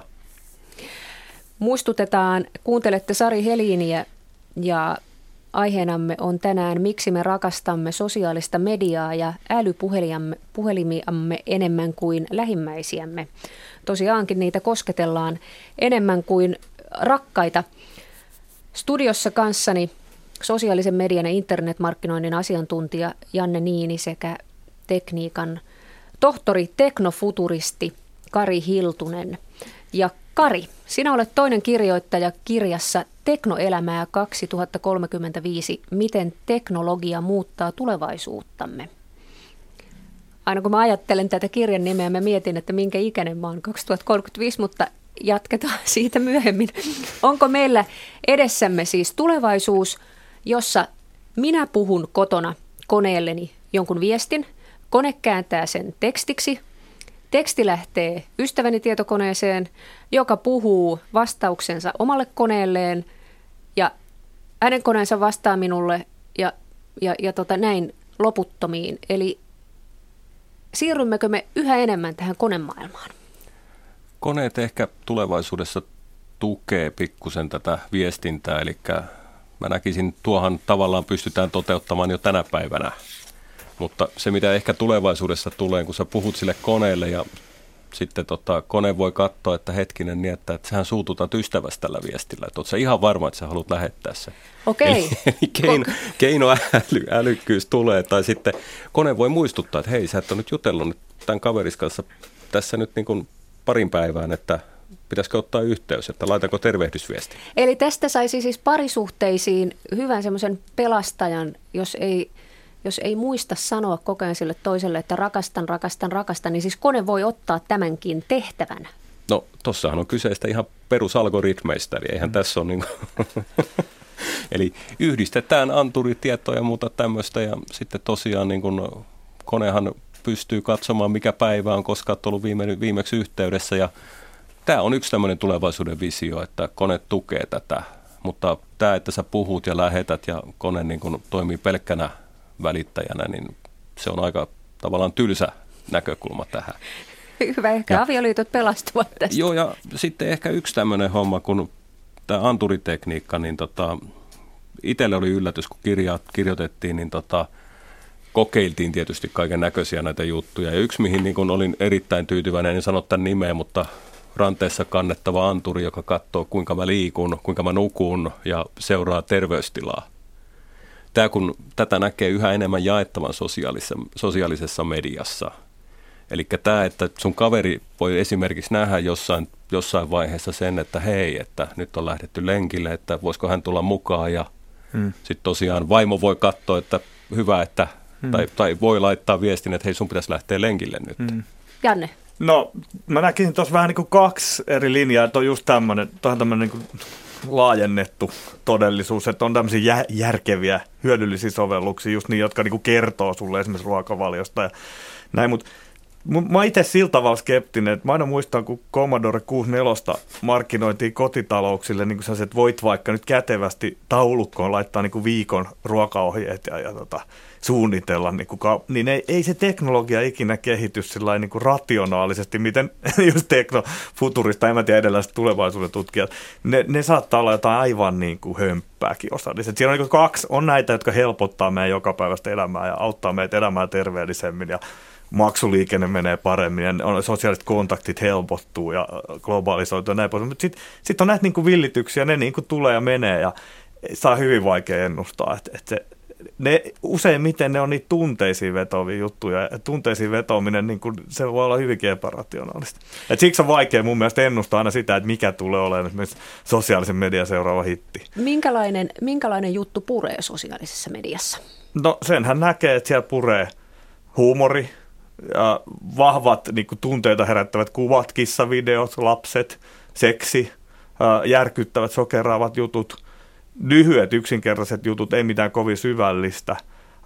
Muistutetaan, kuuntelette Sari Heliniä ja aiheenamme on tänään miksi me rakastamme sosiaalista mediaa ja älypuhelimiamme enemmän kuin lähimmäisiämme. Tosiaankin niitä kosketellaan enemmän kuin rakkaita. Studiossa kanssani sosiaalisen median ja internetmarkkinoinnin asiantuntija Janne Niini sekä tekniikan tohtori, teknofuturisti Kari Hiltunen. Ja Kari, sinä olet toinen kirjoittaja kirjassa Teknoelämää 2035, miten teknologia muuttaa tulevaisuuttamme. Aina kun mä ajattelen tätä kirjan nimeä, mä mietin, että minkä ikäinen mä oon 2035, mutta jatketaan siitä myöhemmin. Onko meillä edessämme siis tulevaisuus, jossa minä puhun kotona koneelleni jonkun viestin, kone kääntää sen tekstiksi teksti lähtee ystäväni tietokoneeseen, joka puhuu vastauksensa omalle koneelleen ja hänen koneensa vastaa minulle ja näin loputtomiin. Eli siirrymmekö me yhä enemmän tähän konemaailmaan? Koneet ehkä tulevaisuudessa tukee pikkusen tätä viestintää, eli mä näkisin, tuohan tavallaan pystytään toteuttamaan jo tänä päivänä. Mutta se, mitä ehkä tulevaisuudessa tulee, kun sä puhut sille koneelle ja sitten kone voi katsoa, että hetkinen niin, että sähän suututat ystävästä tällä viestillä. Että oot sä ihan varma, että sä haluat lähettää sen. Okei. Eli keinoälykkyys tulee. Tai sitten kone voi muistuttaa, että hei, sä et ole nyt jutellut nyt tämän kaveris kanssa tässä nyt niin kuin parin päivään, että pitäisikö ottaa yhteys, että laitanko tervehdysviesti. Eli tästä saisi siis parisuhteisiin hyvän semmoisen pelastajan, jos ei muista sanoa koko ajan sille toiselle, että rakastan, rakastan, rakastan, niin siis kone voi ottaa tämänkin tehtävänä. No, tossahan on kyseistä ihan perusalgoritmeista, eli eihän tässä ole niin kuin eli yhdistetään anturitietoja ja muuta tämmöistä, ja sitten tosiaan niin kuin konehan pystyy katsomaan, mikä päivä on, koska olet ollut viimeksi yhteydessä, ja tämä on yksi tämmöinen tulevaisuuden visio, että kone tukee tätä, mutta tämä, että sä puhut ja lähetät ja kone niin kuin toimii pelkkänä välittäjänä, niin se on aika tavallaan tylsä näkökulma tähän. Hyvä, ehkä avioliitot pelastuvat tästä. Joo, ja sitten ehkä yksi tämmöinen homma, kun tämä anturitekniikka, niin itselle oli yllätys, kun kirjoitettiin, niin kokeiltiin tietysti kaiken näköisiä näitä juttuja. Ja yksi, mihin niin kun olin erittäin tyytyväinen, en sano tämän nimeä, mutta ranteessa kannettava anturi, joka katsoo, kuinka mä liikun, kuinka mä nukun ja seuraa terveystilaa. Tämä, kun tätä näkee yhä enemmän jaettavan sosiaalisessa mediassa. Eli tämä, että sun kaveri voi esimerkiksi nähdä jossain vaiheessa sen, että hei, että nyt on lähdetty lenkille, että voisiko hän tulla mukaan. Ja sitten tosiaan vaimo voi katsoa, että hyvä, että tai voi laittaa viestin, että hei, sun pitäisi lähteä lenkille nyt. Janne? No, mä näkisin tuossa vähän niin kuin kaksi eri linjaa, että on just tämmöinen niin kuin laajennettu todellisuus, että on tämmöisiä järkeviä, hyödyllisiä sovelluksia, just niin, jotka niin kuin kertoo sulle esimerkiksi ruokavaliosta ja näin, mutta mä oon itse sillä tavalla skeptinen, että mä aina muistan, kun Commodore 64 markkinoitiin kotitalouksille, niin kuin että voit vaikka nyt kätevästi taulukkoon laittaa niin kuin viikon ruokaohjeet ja suunnitella, niin ei se teknologia ikinä kehity sillä niin kuin rationaalisesti, miten just teknofuturista, en mä tiedä edelläiset tulevaisuuden tutkijat, ne saattaa olla jotain aivan niin kuin hömppääkin osalliset. Siinä on niin kuin kaksi, on näitä, jotka helpottaa meidän jokapäiväistä elämää ja auttaa meitä elämään terveellisemmin ja maksuliikenne menee paremmin ja sosiaaliset kontaktit helpottuu ja globalisoituu ja näin pois. Mutta sitten on näitä niin kuin villityksiä, ne niin kuin tulee ja menee ja saa hyvin vaikea ennustaa, että useimmiten ne on niitä tunteisiin vetovia juttuja ja tunteisiin vetoaminen, niin kuin, se voi olla hyvinkin epärationaalista. Et siksi on vaikea mun mielestä ennustaa aina sitä, että mikä tulee olemaan esimerkiksi sosiaalisen median seuraava hitti. Minkälainen juttu puree sosiaalisessa mediassa? No senhän näkee, että siellä puree huumori, ja vahvat niin kuin tunteita herättävät kuvat, kissavideot, lapset, seksi, järkyttävät, sokeraavat jutut, lyhyet, yksinkertaiset jutut, ei mitään kovin syvällistä,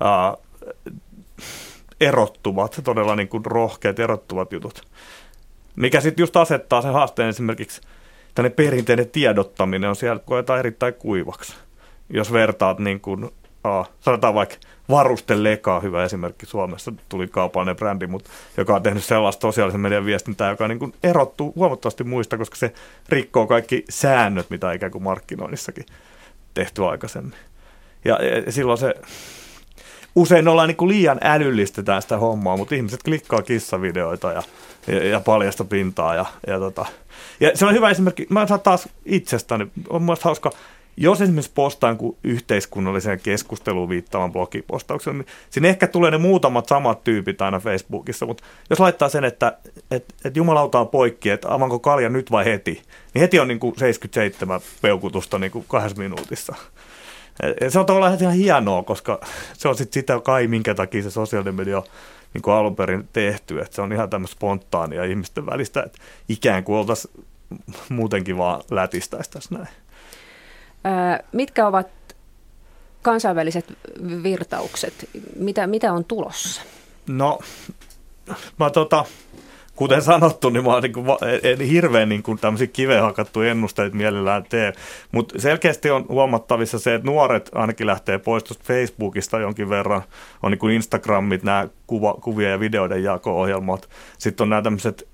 erottuvat, todella niin kuin rohkeat, erottuvat jutut. Mikä sitten just asettaa sen haasteen esimerkiksi, tänne perinteinen tiedottaminen on siellä koetaan erittäin kuivaksi. Jos vertaat niin kuin, sanotaan vaikka Varuste-Leka, hyvä esimerkki Suomessa, tuli kaupallinen brändi, mutta joka on tehnyt sellaista sosiaalisen median viestintää, joka niin kuin erottuu huomattavasti muista, koska se rikkoo kaikki säännöt, mitä ikään kuin markkinoinnissakin tehty aikaisemmin. Ja silloin se, usein ollaan niin kuin liian älyllistetään sitä hommaa, mutta ihmiset klikkaa kissavideoita ja paljasta pintaa. Ja se on hyvä esimerkki, mä saan taas itsestäni, on mielestäni hauska, jos esimerkiksi postaan kuin yhteiskunnalliseen keskusteluun viittaavan blogipostauksen, niin siinä ehkä tulee ne muutamat samat tyypit aina Facebookissa, mutta jos laittaa sen, että jumalauta on poikki, että avanko kalja nyt vai heti, niin heti on niin kuin 77 peukutusta niin kuin 2 minuutissa. Se on tavallaan ihan hienoa, koska se on sitten sitä kai, minkä takia se sosiaalinen media on niin kuin alun perin tehty, että se on ihan tämmöistä spontaania ihmisten välistä, että ikään kuin oltaisiin muutenkin vaan lätistäisi tässä näin. Mitkä ovat kansainväliset virtaukset? Mitä on tulossa? No, kuten sanottu, niin mä oon en hirveän tämmöisiä kiveen hakattuja ennusteita mielellään tee. Mutta selkeästi on huomattavissa se, että nuoret ainakin lähtee pois tuosta Facebookista jonkin verran. On niin kuin Instagramit, nämä kuvia ja videoiden jako-ohjelmat. Sitten on nämä tämmöiset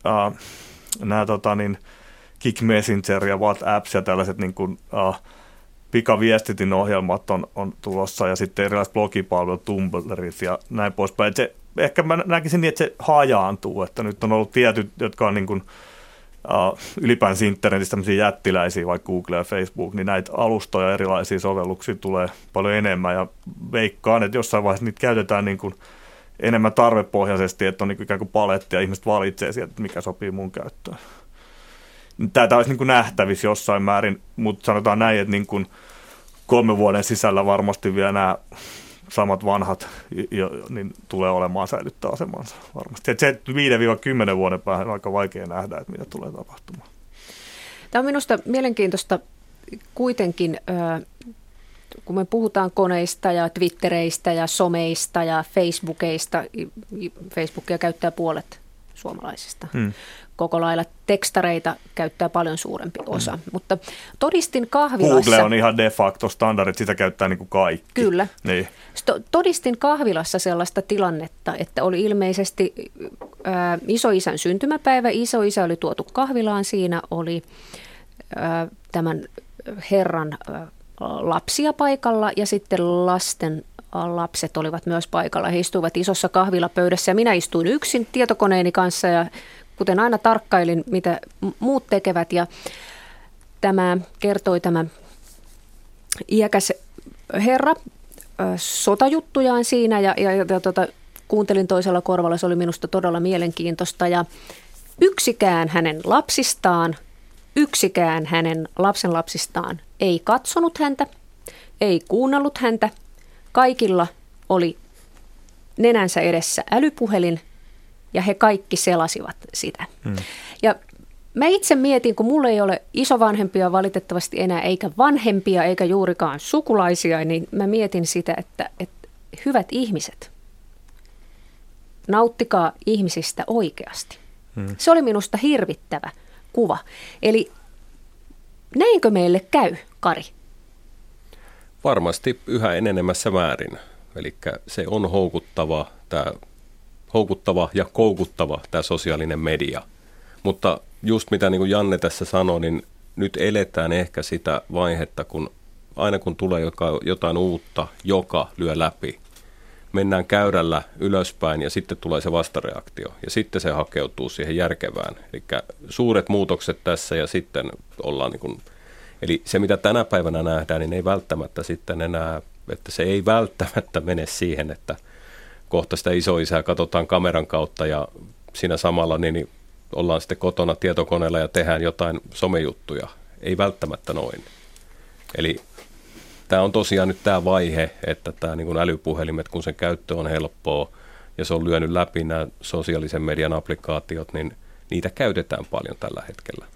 Kik Messenger ja WhatsApp ja tällaiset niin kuin, pikaviestitin ohjelmat on tulossa ja sitten erilaiset blogipalvelut, Tumblrit ja näin poispäin. Ehkä mä näkisin niin, että se hajaantuu, että nyt on ollut tietyt, jotka on niin kuin, ylipäänsä internetissä tämmöisiä jättiläisiä, vaikka Google ja Facebook, niin näitä alustoja ja erilaisia sovelluksia tulee paljon enemmän ja veikkaan, että jossain vaiheessa niitä käytetään niin kuin enemmän tarvepohjaisesti, että on niin kuin ikään kuin paletti ja ihmiset valitsee sieltä, että mikä sopii mun käyttöön. Tämä olisi niin kuin nähtävissä jossain määrin, mutta sanotaan näin, että niin kuin 3 vuoden sisällä varmasti vielä nämä samat vanhat niin tulee olemaan säilyttää asemansa varmasti. Et se 5-10 vuoden päähän on aika vaikea nähdä, että mitä tulee tapahtumaan. Tämä on minusta mielenkiintoista kuitenkin, kun me puhutaan koneista ja Twittereistä ja someista ja Facebookeista. Facebookia käyttää puolet suomalaisista. Koko lailla tekstareita käyttää paljon suurempi osa. Mutta todistin kahvilassa... Google on ihan de facto standardit, sitä käyttää niin kuin kaikki. Kyllä. Niin. Todistin kahvilassa sellaista tilannetta, että oli ilmeisesti isoisän syntymäpäivä. Isoisä oli tuotu kahvilaan, siinä oli tämän herran lapsia paikalla ja sitten lasten lapset olivat myös paikalla. He istuivat isossa kahvilapöydässä ja minä istuin yksin tietokoneeni kanssa ja kuten aina tarkkailin, mitä muut tekevät ja tämä iäkäs herra sotajuttujaan siinä ja kuuntelin toisella korvalla, se oli minusta todella mielenkiintoista ja yksikään hänen lapsistaan, yksikään hänen lapsenlapsistaan ei katsonut häntä, ei kuunnellut häntä, kaikilla oli nenänsä edessä älypuhelin ja he kaikki selasivat sitä. Ja mä itse mietin, kun mulla ei ole isovanhempia valitettavasti enää, eikä vanhempia, eikä juurikaan sukulaisia, niin mä mietin sitä, että hyvät ihmiset, nauttikaa ihmisistä oikeasti. Se oli minusta hirvittävä kuva. Eli näinkö meille käy, Kari? Varmasti yhä enenemässä määrin. Eli se on houkuttava ja koukuttava tämä sosiaalinen media. Mutta just mitä niin kuin Janne tässä sanoi, niin nyt eletään ehkä sitä vaihetta, kun aina kun tulee jotain uutta, joka lyö läpi, mennään käyrällä ylöspäin ja sitten tulee se vastareaktio ja sitten se hakeutuu siihen järkevään. Eli suuret muutokset tässä ja sitten ollaan niin kuin, eli se mitä tänä päivänä nähdään, niin ei välttämättä sitten enää, että se ei välttämättä mene siihen, että kohta sitä isoisää katsotaan kameran kautta ja siinä samalla niin ollaan sitten kotona tietokoneella ja tehdään jotain somejuttuja. Ei välttämättä noin. Eli tämä on tosiaan nyt tämä vaihe, että tämä niin kuin älypuhelimet, kun sen käyttö on helppoa ja se on lyönyt läpi nämä sosiaalisen median applikaatiot, niin niitä käytetään paljon tällä hetkellä.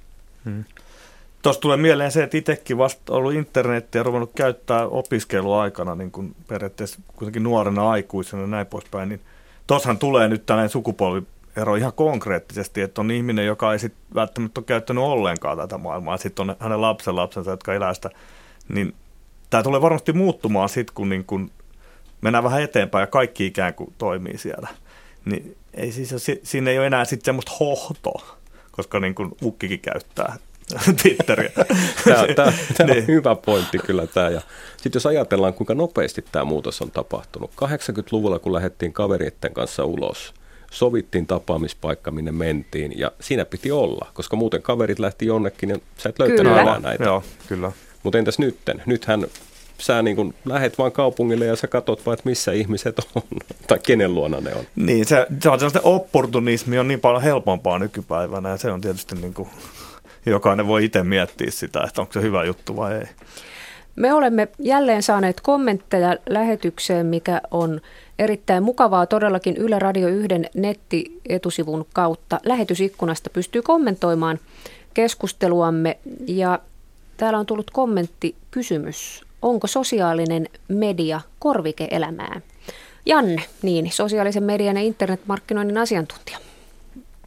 Tuossa tulee mieleen se, että itsekin vasta ollut internetiä ruvennut käyttää opiskeluaikana niin kuin periaatteessa kuitenkin nuorena aikuisena ja näin poispäin, niin tuossahan tulee nyt tällainen sukupolviero ihan konkreettisesti, että on ihminen, joka ei sitten välttämättä ole käyttänyt ollenkaan tätä maailmaa, sitten on hänen lapsensa, jotka elää sitä, niin tämä tulee varmasti muuttumaan sitten, kun niin kun mennään vähän eteenpäin ja kaikki ikään kuin toimii siellä. Niin ei siinä ei ole enää sitten semmoista hohtoa, koska niin kuin ukkikin käyttää Twitteriä. Tämä on hyvä pointti kyllä tämä. Ja sitten jos ajatellaan, kuinka nopeasti tämä muutos on tapahtunut. 80-luvulla, kun lähdettiin kaveritten kanssa ulos, sovittiin tapaamispaikka, minne mentiin ja siinä piti olla, koska muuten kaverit lähti jonnekin ja sä et löytänyt enää näitä. Joo, kyllä. Mutta entäs nytten? Nythän sä niin kun lähet vaan kaupungille ja sä katot vaan, että missä ihmiset on tai kenen luona ne on. Niin, se on sellaista opportunismi on niin paljon helpompaa nykypäivänä ja se on tietysti niin kuin, jokainen voi itse miettiä sitä, että onko se hyvä juttu vai ei. Me olemme jälleen saaneet kommentteja lähetykseen, mikä on erittäin mukavaa todellakin Yle Radio 1 nettietusivun kautta. Lähetysikkunasta pystyy kommentoimaan keskusteluamme ja täällä on tullut kysymys. Onko sosiaalinen media korvike-elämää? Janne Niini, sosiaalisen median ja internetmarkkinoinnin asiantuntija.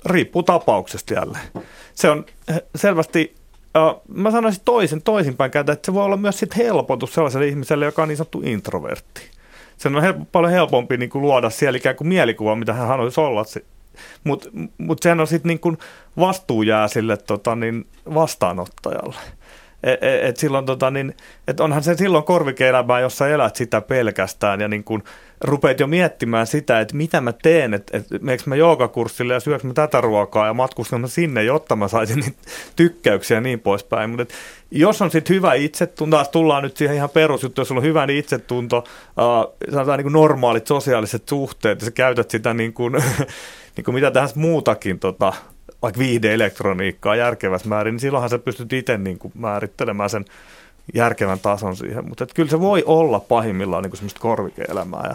riippuu tapauksesta jälleen. Se on selvästi, mä sanoisin toisinpäin käytä, että se voi olla myös sit helpotus sellaiselle ihmiselle, joka on niin sanottu introvertti. Se on paljon helpompi niin kuin luoda siellä ikään kuin mielikuva, mitä hän haluaisi olla. Mutta sehän on sitten niin kuin vastuu jää sille vastaanottajalle. Silloin, onhan se silloin korvike-elämää, jossa elät sitä pelkästään ja niin kuin rupeat jo miettimään sitä, että mitä mä teen, että meneekö mä joogakurssille ja syöks mä tätä ruokaa ja matkustan mä sinne, jotta mä saisin niitä tykkäyksiä ja niin poispäin. Mutta jos on sitten hyvä itsetunto, taas tullaan nyt siihen ihan perusjuttu, jos sulla on hyvä niin itsetunto, sanotaan niin kuin normaalit sosiaaliset suhteet ja sä käytät sitä niin kuin, niin kuin mitä tahansa muutakin vaikka viihde-elektroniikkaa järkevässä määrin, niin silloinhan sä pystyt itse niin kuin määrittelemään sen järkevän tason siihen. Mutta kyllä se voi olla pahimmillaan niin kuin semmoista korvike-elämää.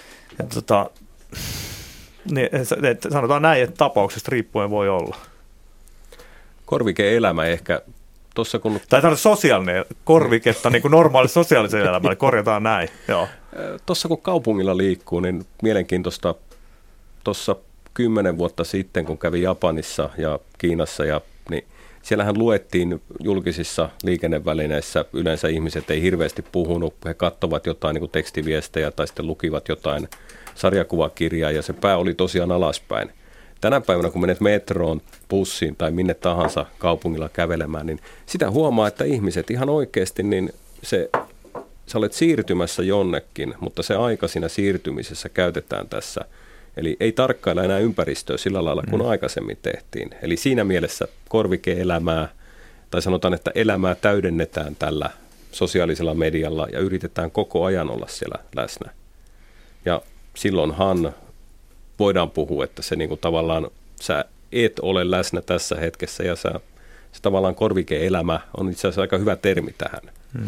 Sanotaan näin, että tapauksesta riippuen voi olla. Korvike-elämä ehkä tuossa kun... Tai sanotaan sosiaalinen korviketta niin kuin normaali sosiaalisen elämällä, korjataan näin. Tuossa kun kaupungilla liikkuu, niin mielenkiintoista tuossa 10 vuotta sitten, kun kävi Japanissa ja Kiinassa, niin siellähän luettiin julkisissa liikennevälineissä, yleensä ihmiset ei hirveästi puhunut, he katsovat jotain niin kuin tekstiviestejä tai sitten lukivat jotain sarjakuvakirjaa ja se pää oli tosiaan alaspäin. Tänä päivänä, kun menet metroon, bussiin tai minne tahansa kaupungilla kävelemään, niin sitä huomaa, että ihmiset ihan oikeasti, niin sä olet siirtymässä jonnekin, mutta se aika siinä siirtymisessä käytetään tässä. Eli ei tarkkailla enää ympäristöä sillä lailla, kun aikaisemmin tehtiin. Eli siinä mielessä korvike-elämää, tai sanotaan, että elämää täydennetään tällä sosiaalisella medialla ja yritetään koko ajan olla siellä läsnä. Ja silloinhan voidaan puhua, että se niin kuin tavallaan sä et ole läsnä tässä hetkessä ja se tavallaan korvike-elämä on itse asiassa aika hyvä termi tähän.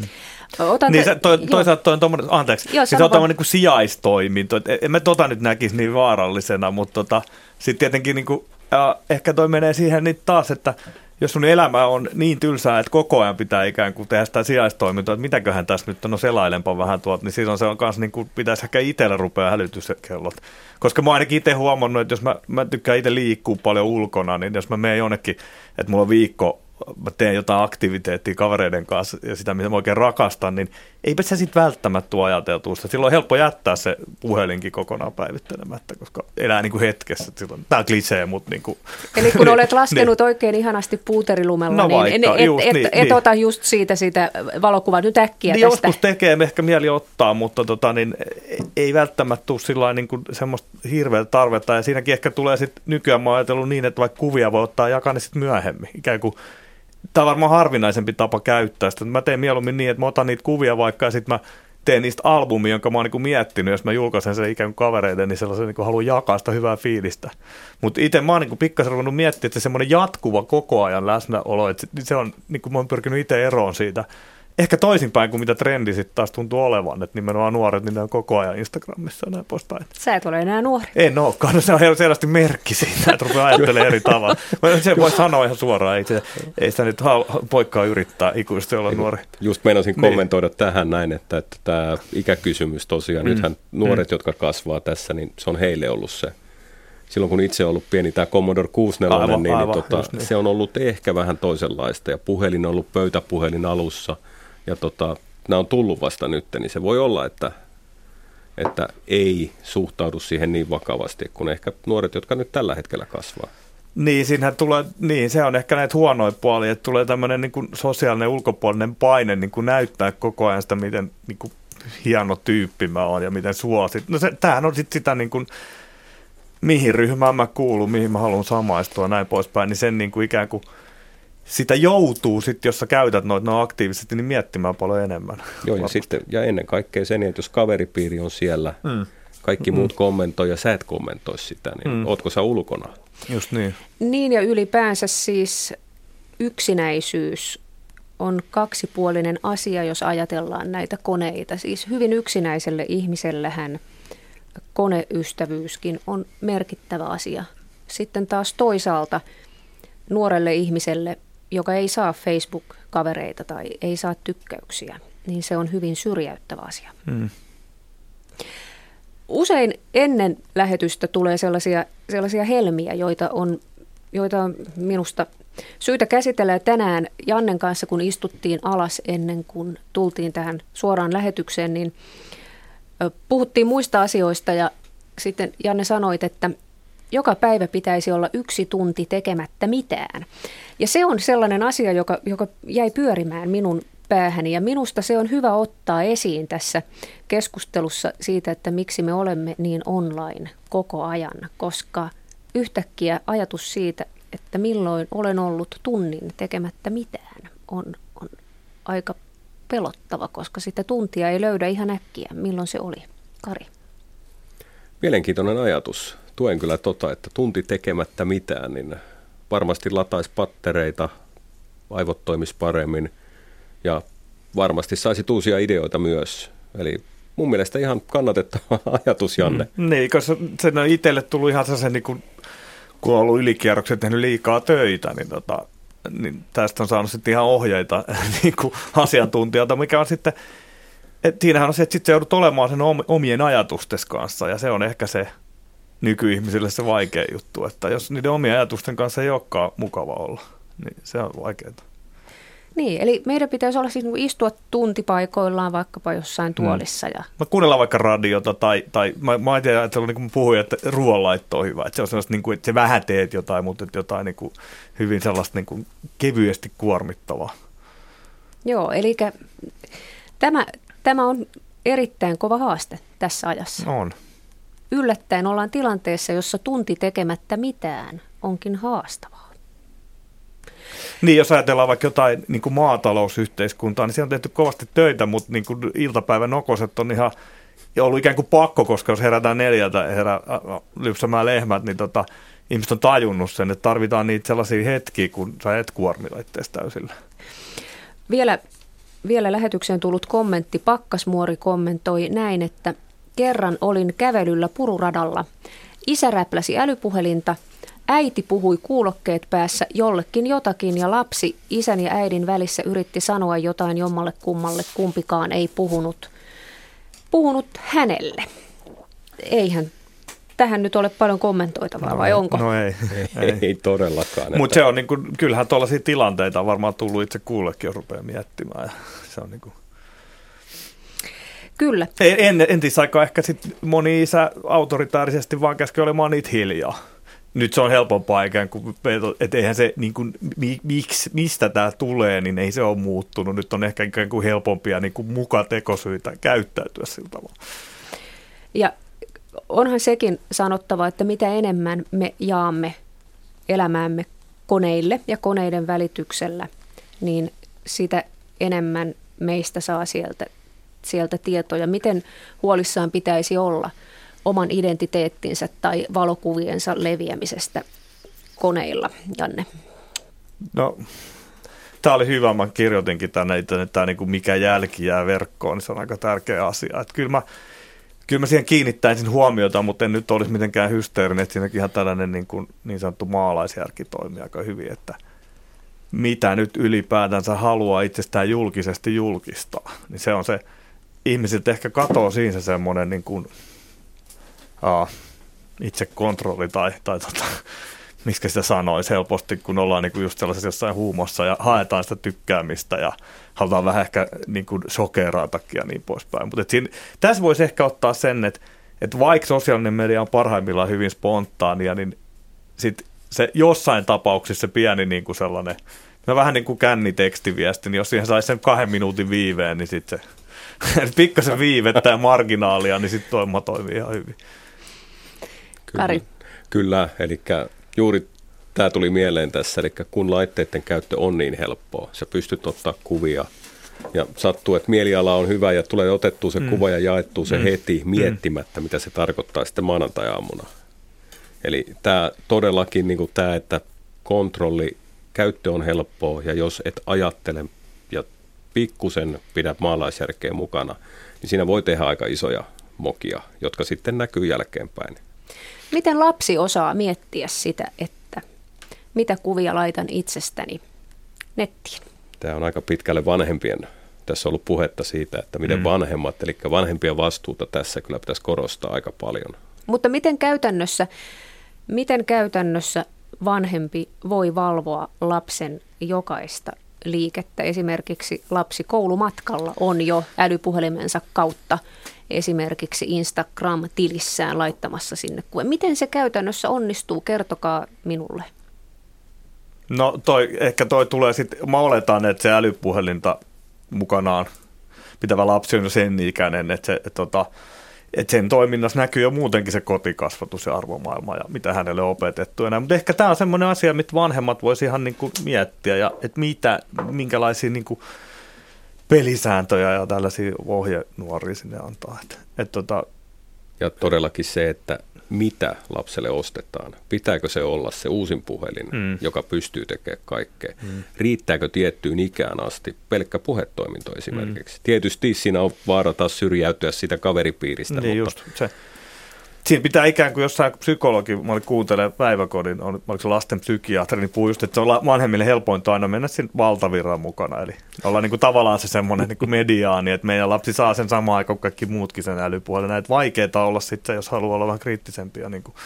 Niin toisaalta toi on tommoinen, anteeksi, se on tommoinen niin sijaistoiminto. En mä nyt näkisi niin vaarallisena, mutta sitten tietenkin niin kuin, ehkä toi menee siihen niin taas, että jos sun elämä on niin tylsää, että koko ajan pitää ikään kuin tehdä sitä sijaistoimintoa, että mitäköhän tässä nyt on, selailenpa vähän tuolta, niin silloin se on kanssa niin kuin pitäisi ehkä itsellä rupea hälytyskellot. Koska mä ainakin itse huomannut, että jos mä tykkään itse liikkua paljon ulkona, niin jos mä menen jonnekin, että mulla on viikko, mä teen jotain aktiviteettia kavereiden kanssa ja sitä, mitä mä oikein rakastan, niin eipä se sitten välttämättä tule ajateltua sitä. Silloin on helppo jättää se puhelinkin kokonaan päivittelemättä, koska elää niin kuin hetkessä. Tämä on klisee, mutta niin kuin... Eli kun olet laskenut oikein ihanasti puuterilumella, niin et ota just siitä valokuvaa nyt äkkiä niin tästä. Joskus tekee, ehkä mieli ottaa, mutta niin ei välttämättä tule sillain niin kuin semmoista hirveätä tarvetta. Ja siinäkin ehkä tulee sitten nykyään, mä oon ajatellut niin, että vaikka kuvia voi ottaa ja jakaa ne sitten myöhemmin. Ikään kuin tämä on varmaan harvinaisempi tapa käyttää sitä. Mä teen mieluummin niin, että mä otan niitä kuvia vaikka ja sitten mä teen niistä albumia, jonka mä oon niin miettinyt. Jos mä julkaisen sen ikään kuin kavereiden, niin sellaisen niin haluan jakaa sitä hyvää fiilistä. Mutta itse mä oon niin pikkasen ruvennut miettimään, että se semmoinen jatkuva koko ajan läsnäolo, että se on, niin kuin mä oon pyrkinyt itse eroon siitä. Ehkä toisinpäin kuin mitä trendi sitten taas tuntuu olevan, että nimenomaan nuoret, niin ne on koko ajan Instagramissa ja näin poispäin. Sä et ole enää nuori. En olekaan, no se on selvästi merkki siitä, että rupeaa ajattelemaan eri tavalla. Se voi sanoa ihan suoraan, ei sitä nyt poikkaa yrittää ikuisesti olla nuori. Just meinasin kommentoida tähän näin, että tämä ikäkysymys tosiaan, nythän nuoret, jotka kasvaa tässä, niin se on heille ollut se. Silloin kun itse on ollut pieni, tämä Commodore 64, niin se on ollut ehkä vähän toisenlaista ja puhelin on ollut pöytäpuhelin alussa. Ja nämä on tullut vasta nyt, niin se voi olla, että ei suhtaudu siihen niin vakavasti kuin ehkä nuoret, jotka nyt tällä hetkellä kasvaa. Niin, siinähän tulee, se on ehkä näitä huonoja puolia, että tulee tämmöinen niin kuin sosiaalinen ulkopuolinen paine niin kuin näyttää koko ajan sitä, miten niin kuin hieno tyyppi mä oon ja miten suosit. No tämähän on sitten sitä, niin kuin, mihin ryhmään mä kuulun, mihin mä haluan samaistua ja näin poispäin, niin sen niin kuin ikään kuin sitä joutuu sitten, jos sä käytät noita aktiivisesti, niin miettimään paljon enemmän. Joo, ja ennen kaikkea sen, että jos kaveripiiri on siellä, kaikki muut kommentoi ja sä et kommentoi sitä, niin ootko sä ulkona? Just niin. Niin ja ylipäänsä siis yksinäisyys on kaksipuolinen asia, jos ajatellaan näitä koneita. Siis hyvin yksinäiselle ihmisellähän koneystävyyskin on merkittävä asia. Sitten taas toisaalta nuorelle ihmiselle, joka ei saa Facebook-kavereita tai ei saa tykkäyksiä, niin se on hyvin syrjäyttävä asia. Usein ennen lähetystä tulee sellaisia helmiä, joita on joita on minusta syytä käsitellä. Tänään Jannen kanssa, kun istuttiin alas ennen kuin tultiin tähän suoraan lähetykseen, niin puhuttiin muista asioista ja sitten Janne sanoit, että joka päivä pitäisi olla 1 tunti tekemättä mitään. Ja se on sellainen asia, joka jäi pyörimään minun päähäni ja minusta se on hyvä ottaa esiin tässä keskustelussa siitä, että miksi me olemme niin online koko ajan, koska yhtäkkiä ajatus siitä, että milloin olen ollut tunnin tekemättä mitään, on aika pelottava, koska sitä tuntia ei löydä ihan äkkiä. Milloin se oli? Kari. Mielenkiintoinen ajatus. Tuen kyllä että tunti tekemättä mitään, niin varmasti lataisi pattereita, aivot toimisi paremmin ja varmasti saisi uusia ideoita myös. Eli mun mielestä ihan kannatettava ajatus, Janne. Niin, koska se on itselle tullut ihan sellaisen, niin kun on ollut ylikierrokset, tehnyt liikaa töitä, niin tästä on saanut sitten ihan ohjeita niin kuin asiantuntijalta, mikä on sitten, että siinähän on se, että sitten joudut olemaan sen omien ajatusten kanssa, ja se on ehkä se nykyihmisille se vaikea juttu, että jos niiden omien ajatusten kanssa ei olekaan mukava olla, niin se on vaikeaa. Niin, eli meidän pitäisi olla siis istua tuntipaikoillaan vaikkapa jossain tuolissa. Ja kuunnellaan vaikka radiota tai mä en tiedä, että niin kuin puhuin, että ruoanlaitto on hyvä. Että se on sellaista, niin kuin, että se vähän teet jotain, mutta että jotain niin kuin, hyvin sellaista niin kuin, kevyesti kuormittavaa. Joo, eli tämä on erittäin kova haaste tässä ajassa. On. Yllättäen ollaan tilanteessa, jossa tunti tekemättä mitään onkin haastavaa. Niin, jos ajatellaan vaikka jotain niin kuin maatalousyhteiskuntaa, niin siellä on tehty kovasti töitä, mutta niin kuin iltapäivän nokoset on ihan ollut ikään kuin pakko, koska jos herätään 4 lypsämään lehmät, niin ihmiset on tajunnut sen, että tarvitaan niitä sellaisia hetkiä, kun sä et kuormilla itseäsi täysillä. Vielä lähetykseen tullut kommentti. Pakkasmuori kommentoi näin, että kerran olin kävelyllä pururadalla. Isä räpläsi älypuhelinta. Äiti puhui kuulokkeet päässä jollekin jotakin ja lapsi isän ja äidin välissä yritti sanoa jotain jommalle kummalle. Kumpikaan ei puhunut hänelle. Eihän tähän nyt ole paljon kommentoitavaa, vai onko? No ei todellakaan. Mutta se on niin kuin, kyllähän tuollaisia tilanteita on varmaan tullut itse kuullekin, jos rupeaa miettimään. Ja se on niin kuin. Kyllä. Entisaikaan ehkä sit moni isä autoritaarisesti vaan käski olemaan niitä hiljaa. Nyt se on helpompaa ikään kuin, että eihän se, niin kuin, mistä tämä tulee, niin ei se ole muuttunut. Nyt on ehkä ikään kuin helpompia niin kuin mukatekosyitä käyttäytyä sillä tavalla. Ja onhan sekin sanottava, että mitä enemmän me jaamme elämäämme koneille ja koneiden välityksellä, niin sitä enemmän meistä saa sieltä tietoja. Miten huolissaan pitäisi olla oman identiteettinsä tai valokuviensa leviämisestä koneilla, Janne? No, tämä oli hyvä. Mä kirjoitinkin tänne, että tämä niin kuin mikä jälki jää verkkoon, niin se on aika tärkeä asia. Että kyllä mä siihen kiinnittäisin huomiota, mutta en nyt olisi mitenkään hysteerinen, että siinäkin ihan tällainen niin sanottu maalaisjärki toimii aika hyvin, että mitä nyt ylipäätänsä haluaa itsestään julkisesti julkistaa. Niin se on se, ihmisiltä ehkä katoo siinä se semmoinen niin kuin itsekontrolli tai miksi sitä sanoisi helposti, kun ollaan niin kuin just sellaisessa jossain huumossa ja haetaan sitä tykkäämistä ja halutaan vähän ehkä niin kuin shokeeraatakin ja niin poispäin. Mutta tässä voisi ehkä ottaa sen, että vaikka sosiaalinen media on parhaimmillaan hyvin spontaania, niin sit se jossain tapauksessa se pieni niin kuin sellainen, vähän niin kuin kännitekstiviesti, niin jos siihen saisi sen 2 minuutin viiveen, niin sitten se pikkasen viivettä ja marginaalia, niin sitten toimii ihan hyvin. Kyllä, eli juuri tämä tuli mieleen tässä, eli kun laitteiden käyttö on niin helppoa, sä pystyt ottaa kuvia ja sattuu, että mieliala on hyvä ja tulee otettua se kuva ja jaettua se heti miettimättä, mitä se tarkoittaa sitten maanantai-aamuna. Eli tämä todellakin niin kuin tämä, että kontrolli, käyttö on helppoa ja jos et ajattele ja pikkusen pidä maalaisjärkeä mukana, niin siinä voi tehdä aika isoja mokia, jotka sitten näkyy jälkeenpäin. Miten lapsi osaa miettiä sitä, että mitä kuvia laitan itsestäni nettiin? Tämä on aika pitkälle vanhempien. Tässä on ollut puhetta siitä, että miten vanhemmat, eli vanhempien vastuuta tässä kyllä pitäisi korostaa aika paljon. Mutta miten käytännössä vanhempi voi valvoa lapsen jokaista liikettä. Esimerkiksi lapsi koulumatkalla on jo älypuhelimensa kautta esimerkiksi Instagram-tilissään laittamassa sinne kuvia. Miten se käytännössä onnistuu? Kertokaa minulle. No ehkä toi tulee sitten, mä oletan, että se älypuhelinta mukanaan pitävä lapsi on jo sen ikäinen, että sen toiminnassa näkyy jo muutenkin se kotikasvatus ja arvomaailma ja mitä hänelle on opetettu. Mutta ehkä tämä on semmoinen asia, mitä vanhemmat voisi ihan niin kuin miettiä ja että minkälaisia niin kuin pelisääntöjä ja tällaisia ohjenuoria sinne antaa. Ja todellakin se, että mitä lapselle ostetaan. Pitääkö se olla se uusin puhelin, joka pystyy tekemään kaikkea? Riittääkö tiettyyn ikään asti pelkkä puhetoiminto esimerkiksi? Tietysti siinä on vaara taas syrjäytyä sitä kaveripiiristä. Niin mutta just se. Siinä pitää ikään kuin jossain psykologi, mä olin kuuntelemaan päiväkodin, oliko se lasten psykiatri, niin puhui just, että se on vanhemmille helpointa aina mennä siinä valtavirran mukana. Eli ollaan niin kuin tavallaan se semmoinen niin kuin mediaani, että meidän lapsi saa sen samaan aikaan kuin kaikki muutkin sen älypuhelin. Että vaikeaa olla sitten, jos haluaa olla vähän kriittisempiä. Niin kuin,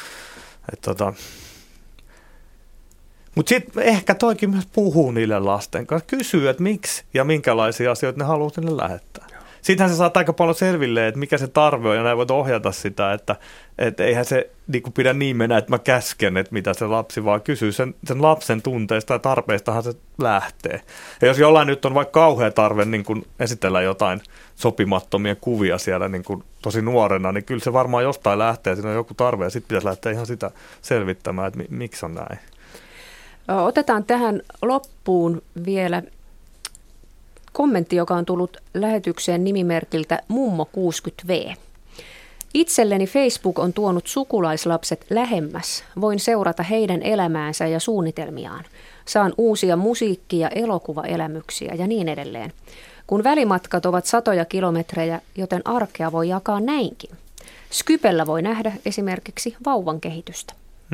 Mutta sitten ehkä toikin myös puhuu niille lasten kanssa, kysyy, että miksi ja minkälaisia asioita ne haluaa sinne lähettää. Siitähän se saa aika paljon selville, että mikä se tarve on, ja näin voit ohjata sitä, että eihän se niin pidä niin mennä, että mä käsken, että mitä se lapsi, vaan kysyy sen lapsen tunteista ja tarpeistahan se lähtee. Ja jos jollain nyt on vaikka kauhea tarve niin kun esitellä jotain sopimattomia kuvia siellä niin kun tosi nuorena, niin kyllä se varmaan jostain lähtee, siinä on joku tarve, ja sitten pitäisi lähteä ihan sitä selvittämään, että miksi on näin. Otetaan tähän loppuun vielä kommentti, joka on tullut lähetykseen nimimerkiltä Mummo60V. Itselleni Facebook on tuonut sukulaislapset lähemmäs. Voin seurata heidän elämäänsä ja suunnitelmiaan. Saan uusia musiikki- ja elokuvaelämyksiä ja niin edelleen. Kun välimatkat ovat satoja kilometrejä, joten arkea voi jakaa näinkin. Skypellä voi nähdä esimerkiksi vauvan kehitystä.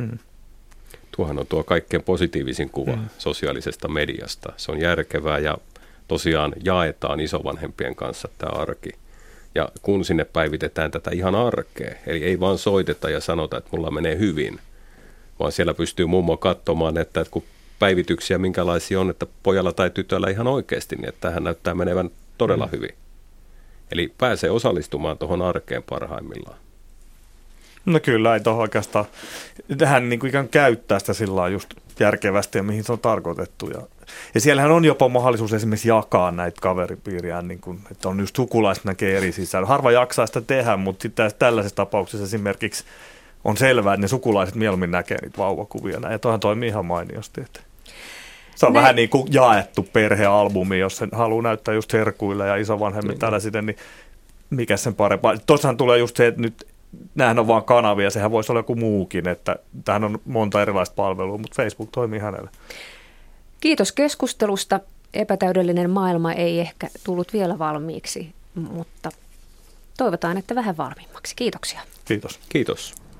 Tuohan on tuo kaikkein positiivisin kuva sosiaalisesta mediasta. Se on järkevää ja tosiaan jaetaan isovanhempien kanssa tämä arki. Ja kun sinne päivitetään tätä ihan arkea, eli ei vaan soiteta ja sanota, että mulla menee hyvin, vaan siellä pystyy mummo katsomaan, että kun päivityksiä minkälaisia on, että pojalla tai tytöllä ihan oikeasti, niin että tähän näyttää menevän todella hyvin. Eli pääsee osallistumaan tuohon arkeen parhaimmillaan. No kyllä, ei tuohon oikeastaan. Tähän niin kuin ikään käyttää sitä sillä just järkevästi ja mihin se on tarkoitettu. Ja siellähän on jopa mahdollisuus esimerkiksi jakaa näitä kaveripiiriään, niin kuin, että on just sukulaiset näkee eri sisällä. Harva jaksaa sitä tehdä, mutta sitten tällaisessa tapauksessa esimerkiksi on selvää, että ne sukulaiset mieluummin näkee niitä vauvakuvia. Ja toihan toimii ihan mainiosti. Että se on vähän niin kuin jaettu perhealbumi, jos sen haluaa näyttää just herkuille ja isovanhemmille tällaisille, niin mikä sen parempaa. Tuossahan tulee just se, että nyt nämähän on vaan kanavia, sehän voisi olla joku muukin, että tämähän on monta erilaista palvelua, mutta Facebook toimii hänelle. Kiitos keskustelusta. Epätäydellinen maailma ei ehkä tullut vielä valmiiksi, mutta toivotaan, että vähän valmiimmaksi. Kiitoksia. Kiitos. Kiitos.